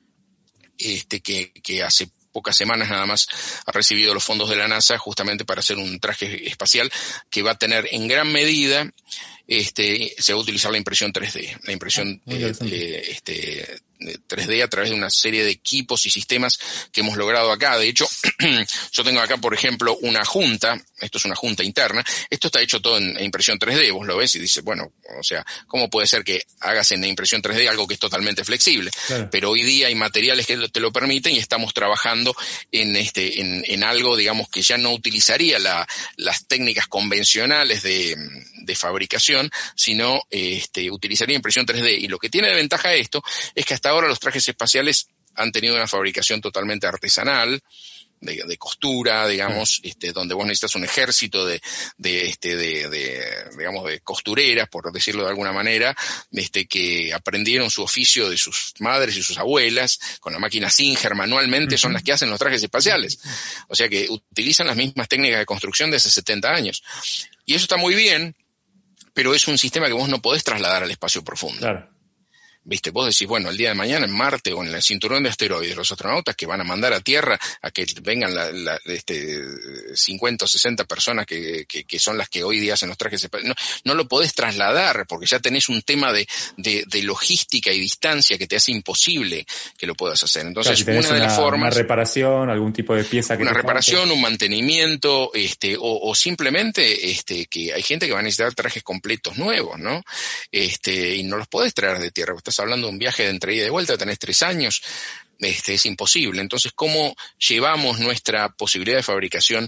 este, que, que hace pocas semanas nada más ha recibido los fondos de la NASA justamente para hacer un traje espacial que va a tener en gran medida, este, se va a utilizar la impresión tres D, la impresión eh, eh, este, tres D a través de una serie de equipos y sistemas que hemos logrado acá. De hecho, yo tengo acá, por ejemplo, una junta, esto es una junta interna, esto está hecho todo en impresión tres D, vos lo ves y dices, bueno, o sea, ¿cómo puede ser que hagas en impresión tres D algo que es totalmente flexible? Claro. Pero hoy día hay materiales que te lo permiten y estamos trabajando en este, en, en algo, digamos, que ya no utilizaría la, las técnicas convencionales de, de fabricación, sino este, utilizaría impresión tres D. Y lo que tiene de ventaja esto es que hasta ahora los trajes espaciales han tenido una fabricación totalmente artesanal, de, de costura, digamos, mm. este, donde vos necesitas un ejército de, de, este, de, de, digamos, de costureras, por decirlo de alguna manera, este, que aprendieron su oficio de sus madres y sus abuelas, con la máquina Singer manualmente, mm-hmm. son las que hacen los trajes espaciales. O sea que utilizan las mismas técnicas de construcción de hace setenta años. Y eso está muy bien, pero es un sistema que vos no podés trasladar al espacio profundo. Claro. Viste, vos decís, bueno, el día de mañana en Marte o en el cinturón de asteroides, los astronautas que van a mandar a Tierra a que vengan la, la, este, cincuenta o sesenta personas que, que, que son las que hoy día hacen los trajes espaciales, no, no lo podés trasladar porque ya tenés un tema de, de, de logística y distancia que te hace imposible que lo puedas hacer. Entonces, claro, si una de las formas... Una reparación, algún tipo de pieza que Una reparación, falte. Un mantenimiento, este, o, o simplemente, este, que hay gente que va a necesitar trajes completos nuevos, ¿no? Este, y no los podés traer de Tierra. Estás hablando de un viaje de entre ida y de vuelta, tenés tres años, este, es imposible. Entonces, ¿cómo llevamos nuestra posibilidad de fabricación?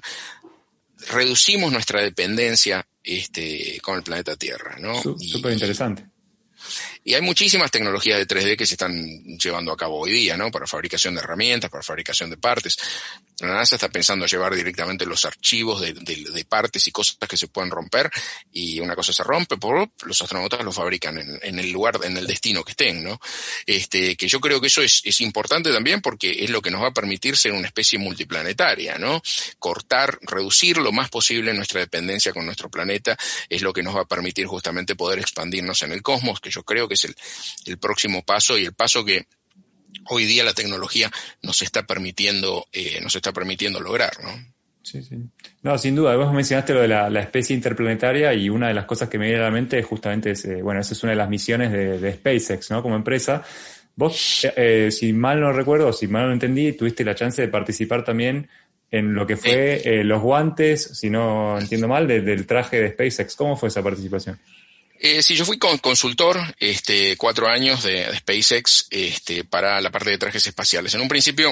Reducimos nuestra dependencia este, con el planeta Tierra, ¿no? Súper interesante. Y hay muchísimas tecnologías de tres D que se están llevando a cabo hoy día, ¿no? Para fabricación de herramientas, para fabricación de partes. La NASA está pensando llevar directamente los archivos de, de, de partes y cosas que se pueden romper, y una cosa se rompe, por los astronautas lo fabrican en, en el lugar, en el destino que estén, ¿no? Este, que yo creo que eso es, es importante también porque es lo que nos va a permitir ser una especie multiplanetaria, ¿no? Cortar, reducir lo más posible nuestra dependencia con nuestro planeta es lo que nos va a permitir justamente poder expandirnos en el cosmos, que yo creo que es el, el próximo paso y el paso que hoy día la tecnología nos está permitiendo, eh, nos está permitiendo lograr, ¿no? Sí, sí. No, sin duda. Vos mencionaste lo de la, la especie interplanetaria y una de las cosas que me viene a la mente es justamente, ese, bueno, esa es una de las misiones de, de SpaceX, ¿no? Como empresa. Vos, eh, si mal no recuerdo, si mal no entendí, tuviste la chance de participar también en lo que fue eh, los guantes, si no entiendo mal, de, del traje de SpaceX. ¿Cómo fue esa participación? Eh, sí, yo fui con, consultor, este, cuatro años de, de SpaceX, este, para la parte de trajes espaciales. En un principio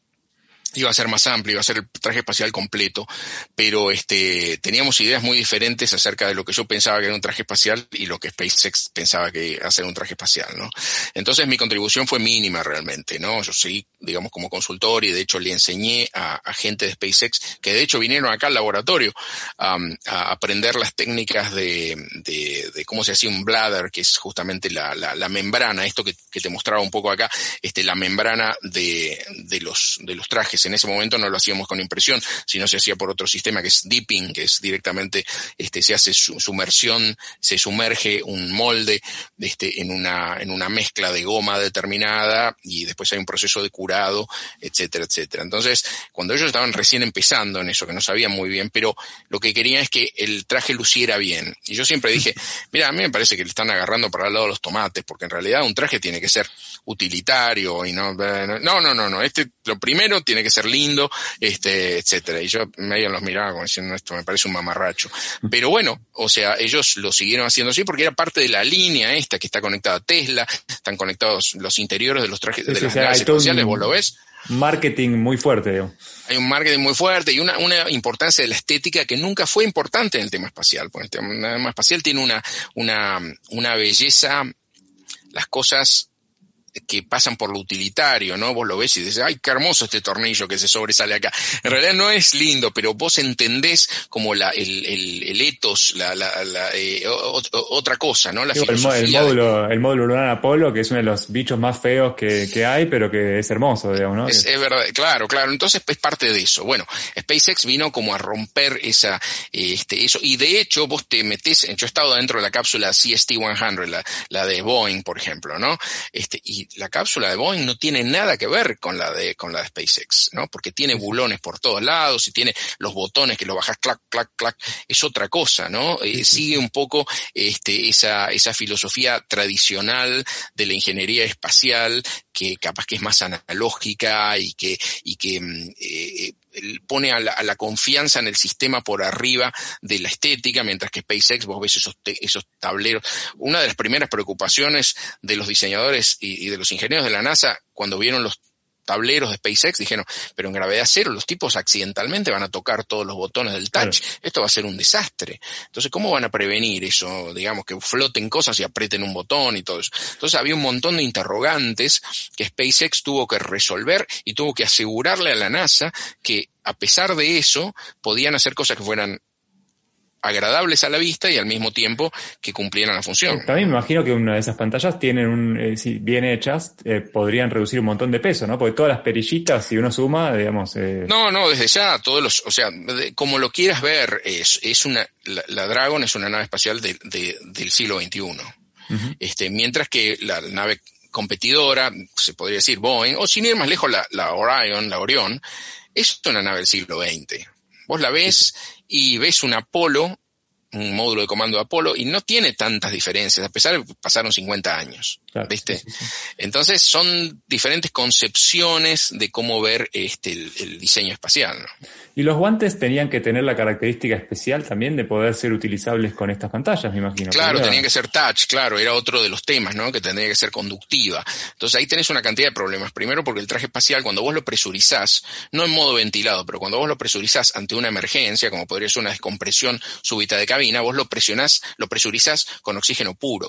iba a ser más amplio, iba a ser el traje espacial completo, pero este teníamos ideas muy diferentes acerca de lo que yo pensaba que era un traje espacial y lo que SpaceX pensaba que iba a ser un traje espacial, ¿no? Entonces mi contribución fue mínima realmente, ¿no? Yo seguí, digamos, como consultor y de hecho le enseñé a, a gente de SpaceX que de hecho vinieron acá al laboratorio um, a aprender las técnicas de, de, de cómo se hacía un bladder, que es justamente la, la, la membrana, esto que, que te mostraba un poco acá, este, la membrana de, de los, de los trajes. En ese momento no lo hacíamos con impresión, sino se hacía por otro sistema que es dipping, que es directamente, este, se hace su, sumersión, se sumerge un molde, este, en una, en una mezcla de goma determinada y después hay un proceso de curado, etcétera, etcétera. Entonces, cuando ellos estaban recién empezando en eso, que no sabían muy bien, pero lo que querían es que el traje luciera bien. Y yo siempre dije, mira, a mí me parece que le están agarrando para el lado de los tomates, porque en realidad un traje tiene que ser utilitario y no, no, no, no, no, este, lo primero tiene que ser lindo, este, etcétera. Y yo medio los miraba como diciendo, esto me parece un mamarracho. Pero bueno, o sea, ellos lo siguieron haciendo así porque era parte de la línea esta que está conectada a Tesla, están conectados los interiores de los trajes, sí, de sí, las naves espaciales, vos lo ves. Marketing muy fuerte, digo. Hay un marketing muy fuerte y una, una importancia de la estética que nunca fue importante en el tema espacial, porque el tema espacial tiene una, una, una belleza, las cosas que pasan por lo utilitario, ¿no? Vos lo ves y dices, ay, qué hermoso este tornillo que se sobresale acá. En realidad no es lindo, pero vos entendés como la, el, el, el ethos, la, la, la, eh, o, o, otra cosa, ¿no? La Digo, filosofía. El módulo, de... el módulo lunar Apolo, que es uno de los bichos más feos que, que hay, pero que es hermoso, digamos, ¿no? Es, es verdad, claro, claro. Entonces es parte de eso. Bueno, SpaceX vino como a romper esa, este, eso. Y de hecho, vos te metés, yo he estado dentro de la cápsula C S T cien, la, la de Boeing, por ejemplo, ¿no? Este, y la cápsula de Boeing no tiene nada que ver con la de con la de SpaceX, ¿no? Porque tiene bulones por todos lados y tiene los botones que los bajás clac, clac, clac, es otra cosa, ¿no? Eh, sigue un poco este esa esa filosofía tradicional de la ingeniería espacial que capaz que es más analógica y que y que eh, pone a la, a la confianza en el sistema por arriba de la estética, mientras que SpaceX vos ves esos, te, esos tableros. Una de las primeras preocupaciones de los diseñadores y, y de los ingenieros de la NASA cuando vieron los tableros de SpaceX dijeron, pero en gravedad cero los tipos accidentalmente van a tocar todos los botones del touch, claro. Esto va a ser un desastre. Entonces, ¿cómo van a prevenir eso? Digamos, que floten cosas y aprieten un botón y todo eso. Entonces había un montón de interrogantes que SpaceX tuvo que resolver y tuvo que asegurarle a la NASA que a pesar de eso podían hacer cosas que fueran agradables a la vista y al mismo tiempo que cumplieran la función. También me imagino que una de esas pantallas tienen un, eh, si bien hechas, eh, podrían reducir un montón de peso, ¿no? Porque todas las perillitas, si uno suma, digamos... Eh... No, no, desde ya, todos los, o sea, de, como lo quieras ver, es, es una, la, la Dragon es una nave espacial de, de, del siglo veintiuno. Uh-huh. Este, mientras que la nave competidora, se podría decir Boeing, o sin ir más lejos, la, la Orion, la Orión, es una nave del siglo veinte. Vos la ves y ves un Apolo, un módulo de comando de Apolo, y no tiene tantas diferencias, a pesar de que pasaron cincuenta años. Claro, ¿viste? Sí, sí, sí. Entonces son diferentes concepciones de cómo ver este el, el diseño espacial, ¿no? Y los guantes tenían que tener la característica especial también de poder ser utilizables con estas pantallas, me imagino. Claro, era... tenían que ser touch, claro, era otro de los temas, ¿no? Que tendría que ser conductiva. Entonces ahí tenés una cantidad de problemas. Primero porque el traje espacial, cuando vos lo presurizás, no en modo ventilado, pero cuando vos lo presurizás ante una emergencia, como podría ser una descompresión súbita de cabina, vos lo presionás, lo presurizás con oxígeno puro.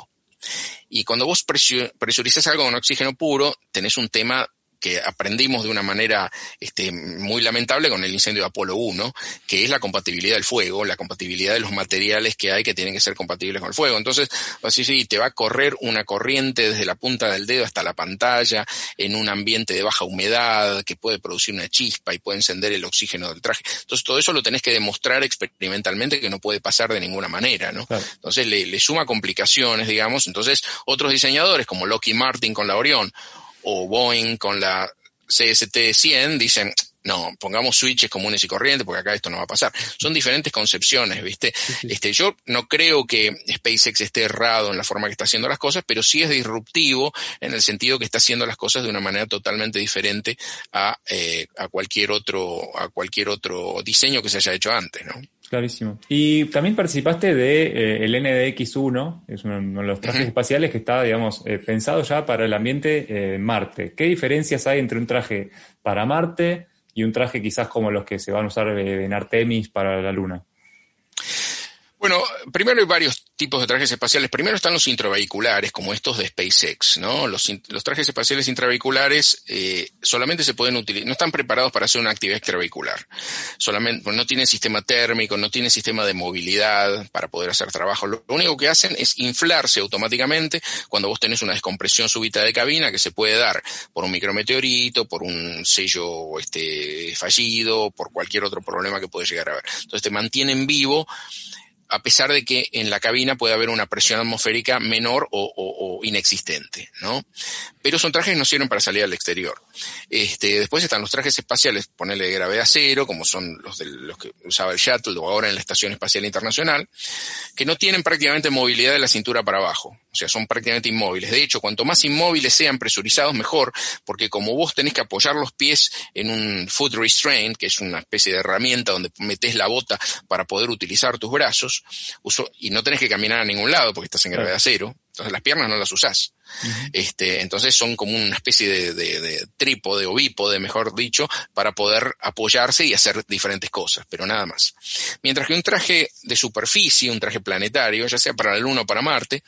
Y cuando vos presurizás algo con oxígeno puro, tenés un tema que aprendimos de una manera este, muy lamentable con el incendio de Apolo uno, que es la compatibilidad del fuego, la compatibilidad de los materiales que hay que tienen que ser compatibles con el fuego. Entonces, así sí, te va a correr una corriente desde la punta del dedo hasta la pantalla, en un ambiente de baja humedad, que puede producir una chispa y puede encender el oxígeno del traje. Entonces, todo eso lo tenés que demostrar experimentalmente que no puede pasar de ninguna manera, ¿no? Claro. Entonces, le, le suma complicaciones, digamos. Entonces, otros diseñadores, como Lockheed Martin con la Orion, o Boeing con la C S T cien, dicen, no, pongamos switches comunes y corrientes porque acá esto no va a pasar. Son diferentes concepciones, ¿viste? Sí, sí. Este, yo no creo que SpaceX esté errado en la forma que está haciendo las cosas, pero sí es disruptivo en el sentido que está haciendo las cosas de una manera totalmente diferente a, eh, a cualquier otro, a cualquier otro diseño que se haya hecho antes, ¿no? Clarísimo. Y también participaste de eh, el N D X uno, es uno, uno de los trajes uh-huh. espaciales que está, digamos, eh, pensado ya para el ambiente eh, Marte. ¿Qué diferencias hay entre un traje para Marte y un traje quizás como los que se van a usar eh, en Artemis para la Luna? Bueno, primero hay varios tipos de trajes espaciales. Primero están los intravehiculares, como estos de SpaceX, ¿no? Los, los trajes espaciales intravehiculares eh, solamente se pueden utilizar, no están preparados para hacer una actividad extravehicular. Solamente, no tienen sistema térmico, no tienen sistema de movilidad para poder hacer trabajo. Lo único que hacen es inflarse automáticamente cuando vos tenés una descompresión súbita de cabina que se puede dar por un micrometeorito, por un sello este, fallido, por cualquier otro problema que puede llegar a haber. Entonces te mantienen vivo, a pesar de que en la cabina puede haber una presión atmosférica menor o, o, o inexistente, ¿no? Pero son trajes que no sirven para salir al exterior. Este, después están los trajes espaciales, ponele de gravedad cero, como son los, de, los que usaba el Shuttle o ahora en la Estación Espacial Internacional, que no tienen prácticamente movilidad de la cintura para abajo. O sea, son prácticamente inmóviles. De hecho, cuanto más inmóviles sean presurizados, mejor, porque como vos tenés que apoyar los pies en un foot restraint, que es una especie de herramienta donde metés la bota para poder utilizar tus brazos, uso, y no tenés que caminar a ningún lado porque estás en gravedad cero, entonces las piernas no las usás. Uh-huh. Este, entonces son como una especie de, de, de trípode o bípode, mejor dicho, para poder apoyarse y hacer diferentes cosas, pero nada más. Mientras que un traje de superficie, un traje planetario, ya sea para la Luna o para Marte,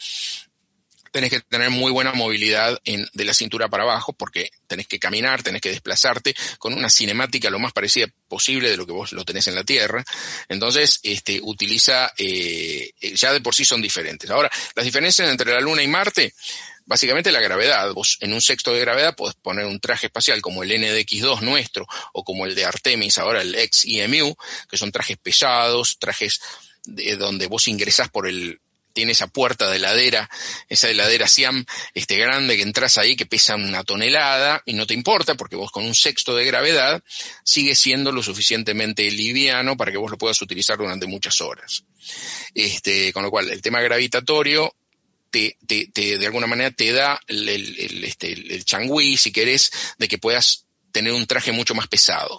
tenés que tener muy buena movilidad en, de la cintura para abajo, porque tenés que caminar, tenés que desplazarte con una cinemática lo más parecida posible de lo que vos lo tenés en la Tierra. Entonces, este, utiliza, eh, ya de por sí son diferentes. Ahora, las diferencias entre la Luna y Marte, básicamente la gravedad. Vos en un sexto de gravedad podés poner un traje espacial como el N D X dos nuestro, o como el de Artemis, ahora el X E M U, que son trajes pesados, trajes de, donde vos ingresás por el, tiene esa puerta de heladera, esa heladera Siam, este grande que entras ahí que pesa una tonelada y no te importa porque vos con un sexto de gravedad sigue siendo lo suficientemente liviano para que vos lo puedas utilizar durante muchas horas. Este, con lo cual el tema gravitatorio te, te, te de alguna manera te da el, el, el, este, el, el changüí, si querés, de que puedas tener un traje mucho más pesado.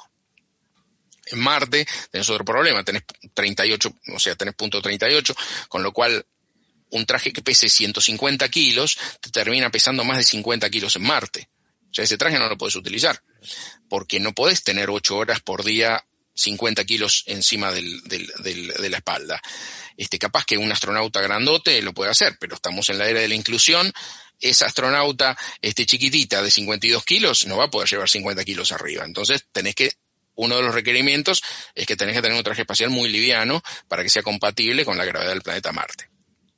En Marte tenés otro problema, tenés treinta y ocho, o sea, tenés punto treinta y ocho, con lo cual un traje que pese ciento cincuenta kilos te termina pesando más de cincuenta kilos en Marte. O sea, ese traje no lo podés utilizar, porque no podés tener ocho horas por día cincuenta kilos encima del, del, del, de la espalda. Este, capaz que un astronauta grandote lo puede hacer, pero estamos en la era de la inclusión. Esa astronauta este, chiquitita de cincuenta y dos kilos no va a poder llevar cincuenta kilos arriba. Entonces tenés que, uno de los requerimientos es que tenés que tener un traje espacial muy liviano para que sea compatible con la gravedad del planeta Marte.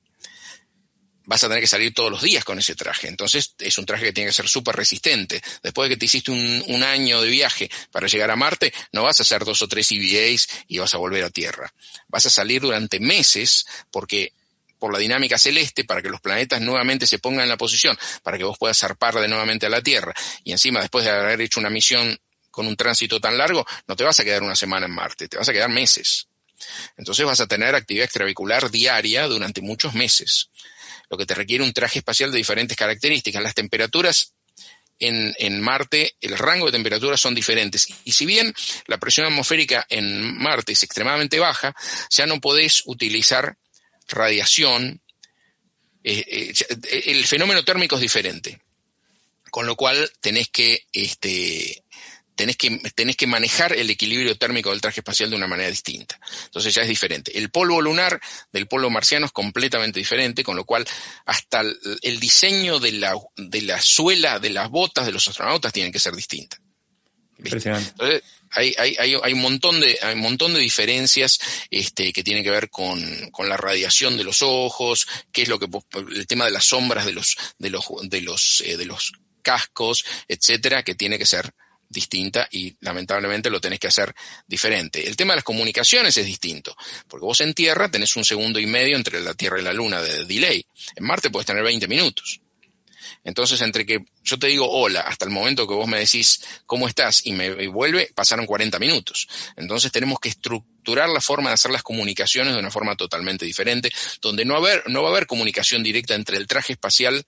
Vas a tener que salir todos los días con ese traje. Entonces es un traje que tiene que ser súper resistente. Después de que te hiciste un, un año de viaje para llegar a Marte, no vas a hacer dos o tres E V As y vas a volver a Tierra. Vas a salir durante meses porque por la dinámica celeste, para que los planetas nuevamente se pongan en la posición, para que vos puedas zarpar de nuevamente a la Tierra. Y encima, después de haber hecho una misión con un tránsito tan largo, no te vas a quedar una semana en Marte, te vas a quedar meses. Entonces vas a tener actividad extravehicular diaria durante muchos meses, lo que te requiere un traje espacial de diferentes características. Las temperaturas en, en Marte, el rango de temperaturas son diferentes. Y si bien la presión atmosférica en Marte es extremadamente baja, ya no podés utilizar radiación. Eh, eh, el fenómeno térmico es diferente. Con lo cual tenés que, este, tenés que, tenés que manejar el equilibrio térmico del traje espacial de una manera distinta. Entonces ya es diferente. El polvo lunar del polvo marciano es completamente diferente, con lo cual hasta el, el diseño de la, de la suela de las botas de los astronautas tienen que ser distinta. Impresionante. Entonces, hay, hay, hay, hay un montón de, hay un montón de diferencias, este, que tienen que ver con, con la radiación de los ojos, qué es lo que, el tema de las sombras de los, de los, de los, eh, de los cascos, etcétera, que tiene que ser distinta y lamentablemente lo tenés que hacer diferente. El tema de las comunicaciones es distinto, porque vos en Tierra tenés un segundo y medio entre la Tierra y la Luna de delay. En Marte podés tener veinte minutos. Entonces, entre que yo te digo hola hasta el momento que vos me decís cómo estás y me y vuelve, pasaron cuarenta minutos. Entonces tenemos que estructurar la forma de hacer las comunicaciones de una forma totalmente diferente, donde no, haber, no va a haber comunicación directa entre el traje espacial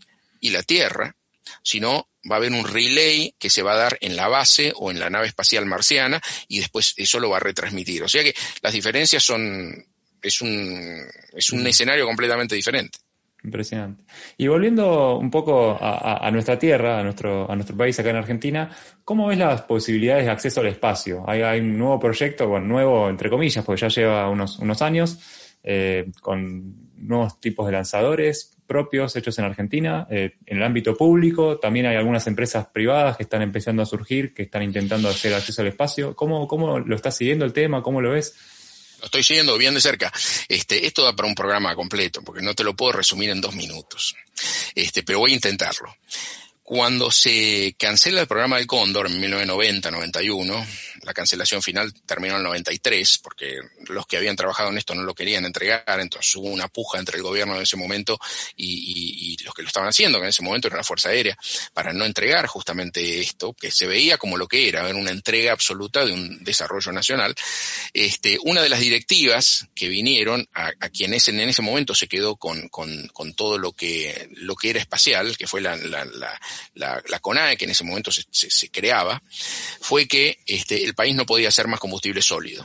y la Tierra, sino va a haber un relay que se va a dar en la base o en la nave espacial marciana y después eso lo va a retransmitir. O sea que las diferencias son, es un, es un escenario completamente diferente. Impresionante. Y volviendo un poco a, a, a nuestra tierra, a nuestro, a nuestro país acá en Argentina, ¿cómo ves las posibilidades de acceso al espacio? Hay, hay un nuevo proyecto, bueno, nuevo entre comillas, porque ya lleva unos, unos años, eh, con nuevos tipos de lanzadores propios hechos en Argentina. Eh, en el ámbito público también hay algunas empresas privadas que están empezando a surgir, que están intentando hacer acceso al espacio. ¿Cómo, cómo lo estás siguiendo el tema? ¿Cómo lo ves? Lo estoy siguiendo bien de cerca. Este, esto da para un programa completo, porque no te lo puedo resumir en dos minutos. Este, pero voy a intentarlo. Cuando se cancela el programa del Cóndor en mil novecientos noventa noventa y uno, la cancelación final terminó en el noventa y tres, porque los que habían trabajado en esto no lo querían entregar, entonces hubo una puja entre el gobierno en ese momento y, y, y los que lo estaban haciendo, que en ese momento era la Fuerza Aérea, para no entregar justamente esto, que se veía como lo que era, era una entrega absoluta de un desarrollo nacional. Este, una de las directivas que vinieron, a, a quienes en, en ese momento se quedó con, con, con todo lo que, lo que era espacial, que fue la, la, la La, la CONAE, que en ese momento se, se, se creaba, fue que este, el país no podía hacer más combustible sólido.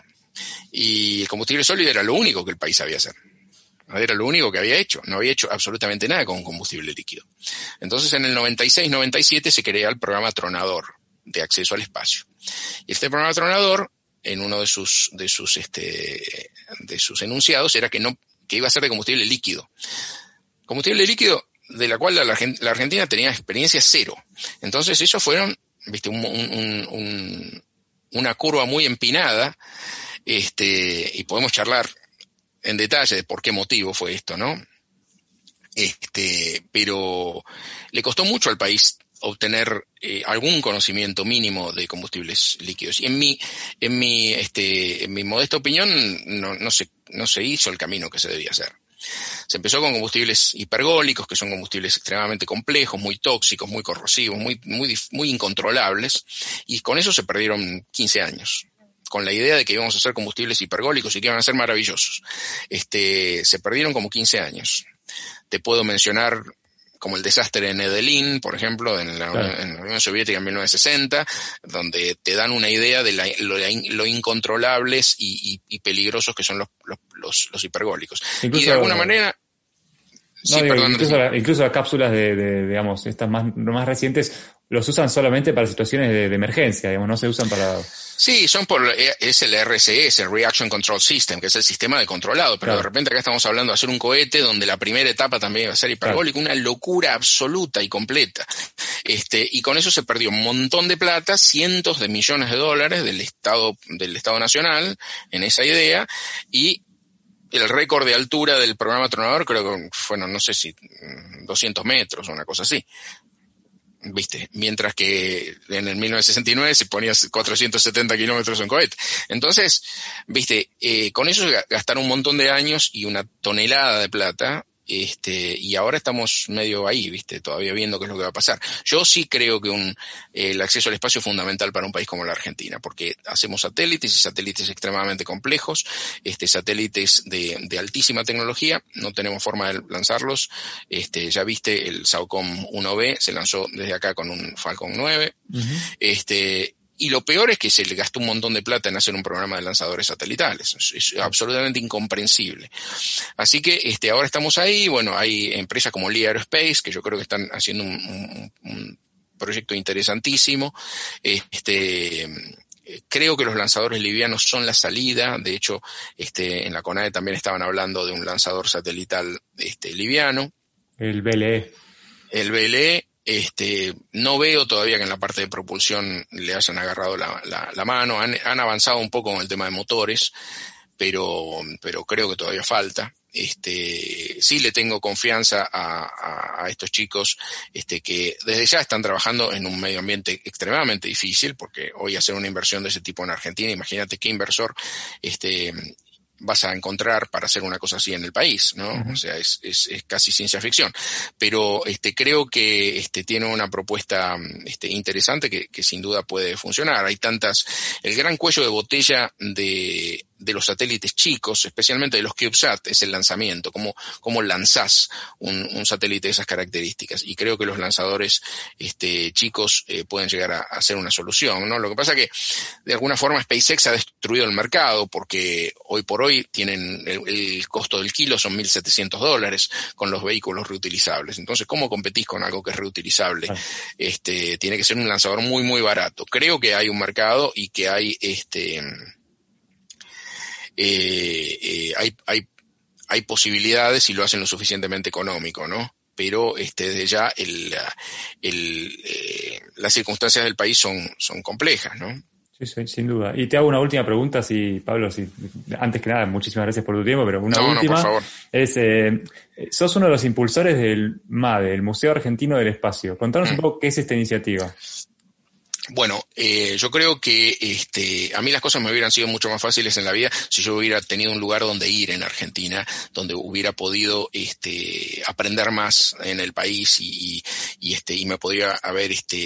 Y el combustible sólido era lo único que el país sabía hacer. Era lo único que había hecho. No había hecho absolutamente nada con combustible líquido. Entonces, en el noventa y seis noventa y siete se crea el programa Tronador de acceso al espacio. Y este programa Tronador, en uno de sus, de sus, este, de sus enunciados, era que no, que iba a ser de combustible líquido. Combustible líquido de la cual la, la Argentina tenía experiencia cero. Entonces ellos fueron, viste, un, un, un, una curva muy empinada, este, y podemos charlar en detalle de por qué motivo fue esto, ¿no? Este, pero le costó mucho al país obtener eh, algún conocimiento mínimo de combustibles líquidos. Y en mi, en mi, este, en mi modesta opinión, no, no se, no se hizo el camino que se debía hacer. Se empezó con combustibles hipergólicos, que son combustibles extremadamente complejos, muy tóxicos, muy corrosivos, muy, muy, muy incontrolables, y con eso se perdieron quince años. Con la idea de que íbamos a hacer combustibles hipergólicos y que iban a ser maravillosos. Este, se perdieron como quince años. Te puedo mencionar como el desastre de Nedelin, por ejemplo, en la, claro. en la Unión Soviética en mil novecientos sesenta, donde te dan una idea de la, lo, lo incontrolables y, y, y peligrosos que son los, los, los, los hipergólicos. Incluso, y de alguna manera... No, sí, digo, perdón, incluso, la, incluso las cápsulas de, de, digamos, estas más, más recientes, los usan solamente para situaciones de, de emergencia, digamos, no se usan para... Sí, son por, es el R C S, el Reaction Control System, que es el sistema de controlado, pero claro. De repente acá estamos hablando de hacer un cohete donde la primera etapa también va a ser hipergólico, claro. Una locura absoluta y completa. Este, y con eso se perdió un montón de plata, cientos de millones de dólares del Estado, del Estado Nacional en esa idea, y el récord de altura del programa Tronador creo que fueron, no sé si doscientos metros o una cosa así. ¿Viste? Mientras que en el mil novecientos sesenta y nueve se ponía cuatrocientos setenta kilómetros en cohete. Entonces, ¿viste? Eh, con eso gastaron un montón de años y una tonelada de plata. Este, y ahora estamos medio ahí, ¿viste? Todavía viendo qué es lo que va a pasar. Yo sí creo que un, eh, el acceso al espacio es fundamental para un país como la Argentina, porque hacemos satélites y satélites extremadamente complejos, este, satélites de, de altísima tecnología, no tenemos forma de lanzarlos. Este, ya viste, el SAOCOM uno B se lanzó desde acá con un Falcon nueve. Uh-huh. Este, y lo peor es que se le gastó un montón de plata en hacer un programa de lanzadores satelitales. Es, es absolutamente incomprensible. Así que este, ahora estamos ahí. Bueno, hay empresas como Lee Aerospace, que yo creo que están haciendo un, un, un proyecto interesantísimo. Este, creo que los lanzadores livianos son la salida. De hecho, este, en la CONADE también estaban hablando de un lanzador satelital este, liviano. El B L E. El B L E. Este, no veo todavía que en la parte de propulsión le hayan agarrado la, la, la mano. Han, han avanzado un poco con el tema de motores, pero, pero creo que todavía falta. Este, sí le tengo confianza a, a, a estos chicos, este, que desde ya están trabajando en un medio ambiente extremadamente difícil, porque hoy hacer una inversión de ese tipo en Argentina, imagínate qué inversor, este, vas a encontrar para hacer una cosa así en el país, ¿no? Uh-huh. O sea, es, es, es casi ciencia ficción. Pero, este, creo que, este, tiene una propuesta, este, interesante que, que sin duda puede funcionar. Hay tantas, el gran cuello de botella de, de los satélites chicos, especialmente de los CubeSat, es el lanzamiento, cómo, cómo lanzás un, un satélite de esas características. Y creo que los lanzadores, este, chicos, eh, pueden llegar a, a ser una solución, ¿no? Lo que pasa que, de alguna forma, SpaceX ha destruido el mercado, porque hoy por hoy tienen el, el costo del kilo son mil setecientos dólares con los vehículos reutilizables. Entonces, ¿cómo competís con algo que es reutilizable? Ah. Este, tiene que ser un lanzador muy, muy barato. Creo que hay un mercado y que hay, este, Eh, eh, hay, hay, hay posibilidades si lo hacen lo suficientemente económico, ¿no? Pero este, desde ya el, el, eh, las circunstancias del país son, son complejas, ¿no? Sí, sí, sin duda. Y te hago una última pregunta, si Pablo, si, antes que nada, muchísimas gracias por tu tiempo, pero una no, última. No, por favor. Es, eh, sos uno de los impulsores del MADE, el Museo Argentino del Espacio. Contanos mm. un poco qué es esta iniciativa. Bueno, eh, yo creo que este, a mí las cosas me hubieran sido mucho más fáciles en la vida si yo hubiera tenido un lugar donde ir en Argentina, donde hubiera podido este, aprender más en el país y, y, este, y me podría haber este,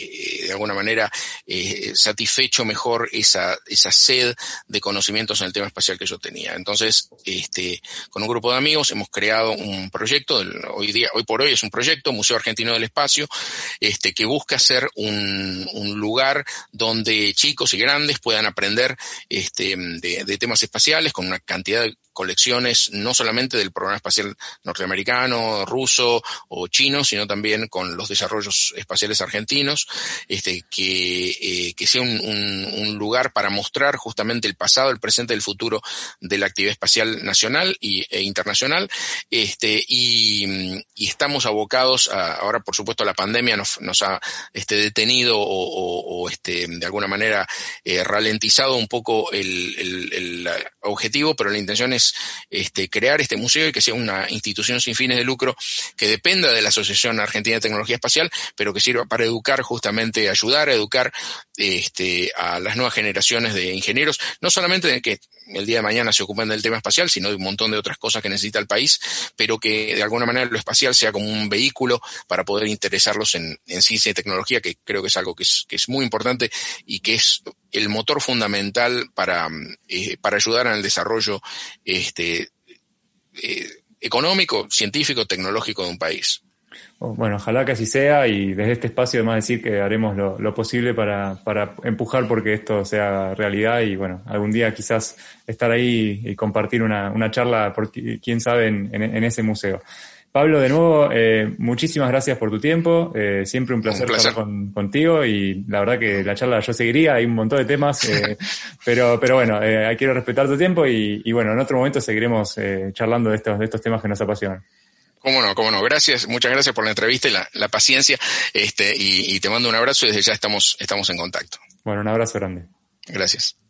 de alguna manera eh, satisfecho mejor esa, esa sed de conocimientos en el tema espacial que yo tenía. Entonces, este, con un grupo de amigos hemos creado un proyecto, hoy día, hoy por hoy es un proyecto, Museo Argentino del Espacio, este, que busca ser un, un lugar donde chicos y grandes puedan aprender este, de, de temas espaciales con una cantidad de colecciones, no solamente del programa espacial norteamericano, ruso o chino, sino también con los desarrollos espaciales argentinos, este, que, eh, que sea un, un, un lugar para mostrar justamente el pasado, el presente y el futuro de la actividad espacial nacional y, e internacional, este, y, y estamos abocados a, ahora por supuesto la pandemia nos, nos ha este, detenido o, o, o este, de alguna manera eh, ralentizado un poco el, el, el objetivo, pero la intención es Este, crear este museo y que sea una institución sin fines de lucro que dependa de la Asociación Argentina de Tecnología Espacial, pero que sirva para educar, justamente ayudar a educar este, a las nuevas generaciones de ingenieros, no solamente de que el día de mañana se ocupen del tema espacial, sino de un montón de otras cosas que necesita el país, pero que de alguna manera lo espacial sea como un vehículo para poder interesarlos en, en ciencia y tecnología, que creo que es algo que es, que es muy importante y que es el motor fundamental para, eh, para ayudar en el desarrollo este, eh, económico, científico, tecnológico de un país. Bueno, ojalá que así sea, y desde este espacio además decir que haremos lo, lo posible para, para empujar porque esto sea realidad y bueno, algún día quizás estar ahí y compartir una, una charla, por quién sabe, en, en, en ese museo. Pablo, de nuevo, eh, muchísimas gracias por tu tiempo, eh, siempre un placer, un placer. Estar con, contigo y la verdad que la charla yo seguiría, hay un montón de temas, eh, pero pero bueno, eh, quiero respetar tu tiempo y, y bueno, en otro momento seguiremos eh, charlando de estos, de estos temas que nos apasionan. Cómo no, cómo no. Gracias, muchas gracias por la entrevista y la, la paciencia, este, y, y te mando un abrazo y desde ya estamos, estamos en contacto. Bueno, un abrazo grande. Gracias.